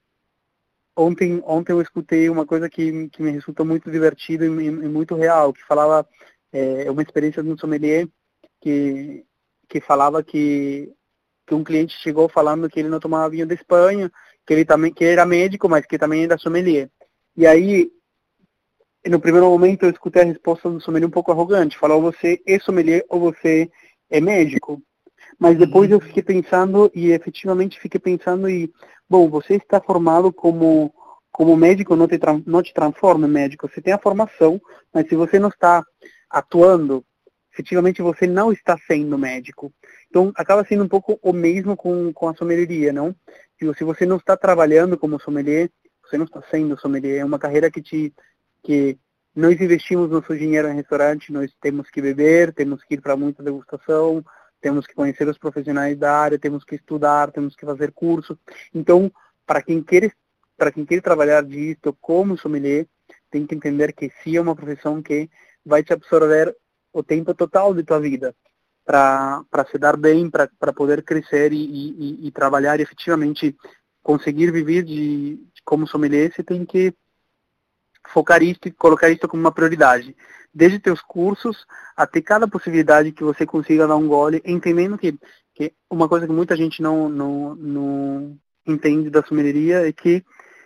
ontem, ontem eu escutei uma coisa que, que me resultou muito divertida e, e muito real, que falava, é uma experiência de um sommelier que, que falava que, que um cliente chegou falando que ele não tomava vinho da Espanha, que ele também que era médico, mas que também era sommelier. E aí, no primeiro momento, eu escutei a resposta do sommelier um pouco arrogante, falou: você é sommelier ou você é médico? Mas depois eu fiquei pensando, e efetivamente fiquei pensando, e, bom, você está formado como, como médico, não te, não te transforma em médico. Você tem a formação, mas se você não está atuando, efetivamente você não está sendo médico. Então, acaba sendo um pouco o mesmo com, com a sommelieria, não? Se você não está trabalhando como sommelier, você não está sendo sommelier. É uma carreira que te... que nós investimos nosso dinheiro em restaurante, nós temos que beber, temos que ir para muita degustação, temos que conhecer os profissionais da área, temos que estudar, temos que fazer curso. Então, para quem quer, para quem quer trabalhar disso como sommelier, tem que entender que sim, é uma profissão que vai te absorver o tempo total de tua vida para se dar bem, para poder crescer e, e, e trabalhar e efetivamente conseguir viver de, de como sommelier. Você tem que focar isso e colocar isso como uma prioridade. Desde teus cursos até cada possibilidade que você consiga dar um gole, entendendo que, que uma coisa que muita gente não, não, não entende da sommelieria é que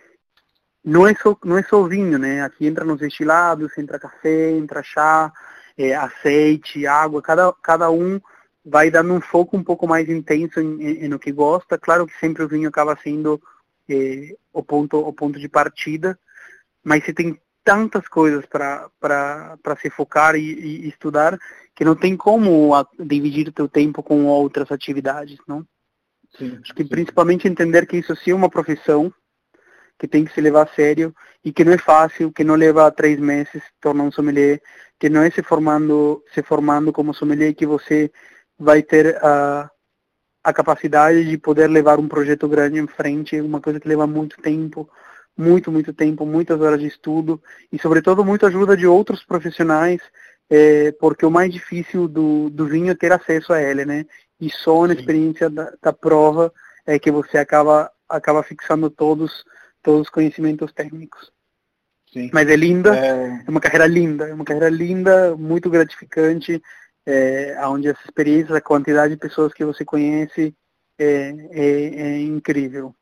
não é só, não é só vinho, né? Aqui entra nos destilados, entra café, entra chá, é, azeite, água, cada, cada um vai dando um foco um pouco mais intenso em, em, no que gosta. Claro que sempre o vinho acaba sendo é, o, ponto, o ponto de partida, mas você tem tantas coisas para se focar e, e estudar que não tem como a, dividir o teu tempo com outras atividades, não? Sim, Acho que sim. principalmente entender que isso sim é uma profissão que tem que se levar a sério e que não é fácil, que não leva três meses tornar um sommelier, que não é se formando, se formando como sommelier que você vai ter a, a capacidade de poder levar um projeto grande em frente, uma coisa que leva muito tempo, muito, muito tempo, muitas horas de estudo e, sobretudo, muita ajuda de outros profissionais, é, porque o mais difícil do, do vinho é ter acesso a ele, né? E só na experiência da, da prova é que você acaba, acaba fixando todos todos os conhecimentos técnicos. Sim. Mas é linda, é... é uma carreira linda, é uma carreira linda, muito gratificante, é, onde essa experiência, a quantidade de pessoas que você conhece é, é, é incrível.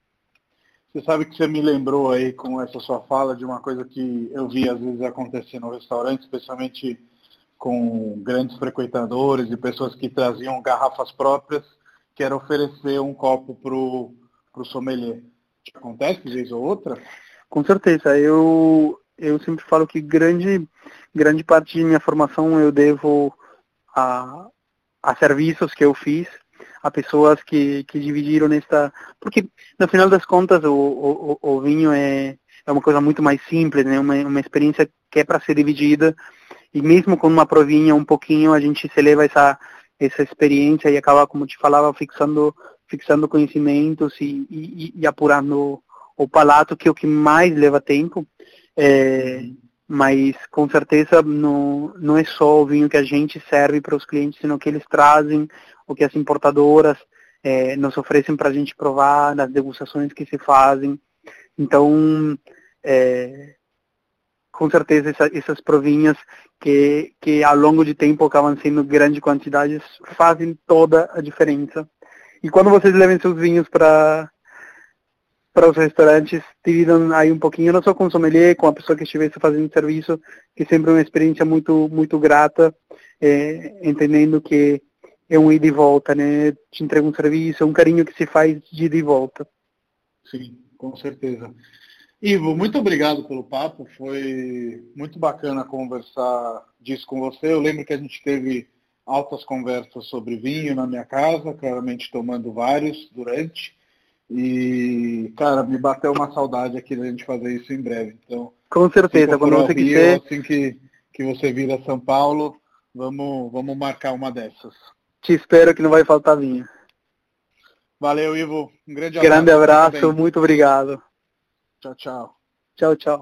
Você sabe que você me lembrou aí com essa sua fala de uma coisa que eu vi às vezes acontecer no restaurante, especialmente com grandes frequentadores e pessoas que traziam garrafas próprias, que era oferecer um copo para o sommelier. Acontece vez ou outra? Com certeza. Eu, eu sempre falo que grande, grande parte de minha formação eu devo a, a serviços que eu fiz, a pessoas que, que dividiram nesta... Porque, no final das contas, o, o, o vinho é, é uma coisa muito mais simples, né? Uma, uma experiência que é para ser dividida. E mesmo com uma provinha um pouquinho, a gente se leva essa, essa experiência e acaba, como te falava, fixando, fixando conhecimentos e, e, e apurando o palato, que é o que mais leva tempo. É, mas, com certeza, não, não é só o vinho que a gente serve para os clientes, senão que eles trazem, o que as importadoras é, nos oferecem para a gente provar, nas degustações que se fazem. Então, é, com certeza, essa, essas provinhas que, que ao longo de tempo acabam sendo grandes quantidades, fazem toda a diferença. E quando vocês levem seus vinhos para para os restaurantes, dividam aí um pouquinho, não só com o sommelier, com a pessoa que estivesse fazendo serviço, que sempre é uma experiência muito, muito grata, é, entendendo que é um ida e volta, né? Te entrega um serviço, é um carinho que se faz de ida e volta. Sim, com certeza. Ivo, muito obrigado pelo papo, foi muito bacana conversar disso com você. Eu lembro que a gente teve altas conversas sobre vinho na minha casa, claramente tomando vários durante. E, cara, me bateu uma saudade aqui da gente fazer isso em breve. Então, com certeza, assim quando você Rio, quiser... assim que, que você vir a São Paulo, vamos, vamos marcar uma dessas. Te espero que não vai faltar vinho. Valeu, Ivo. Um grande abraço. Grande abraço, muito obrigado. Tchau, tchau. Tchau, tchau.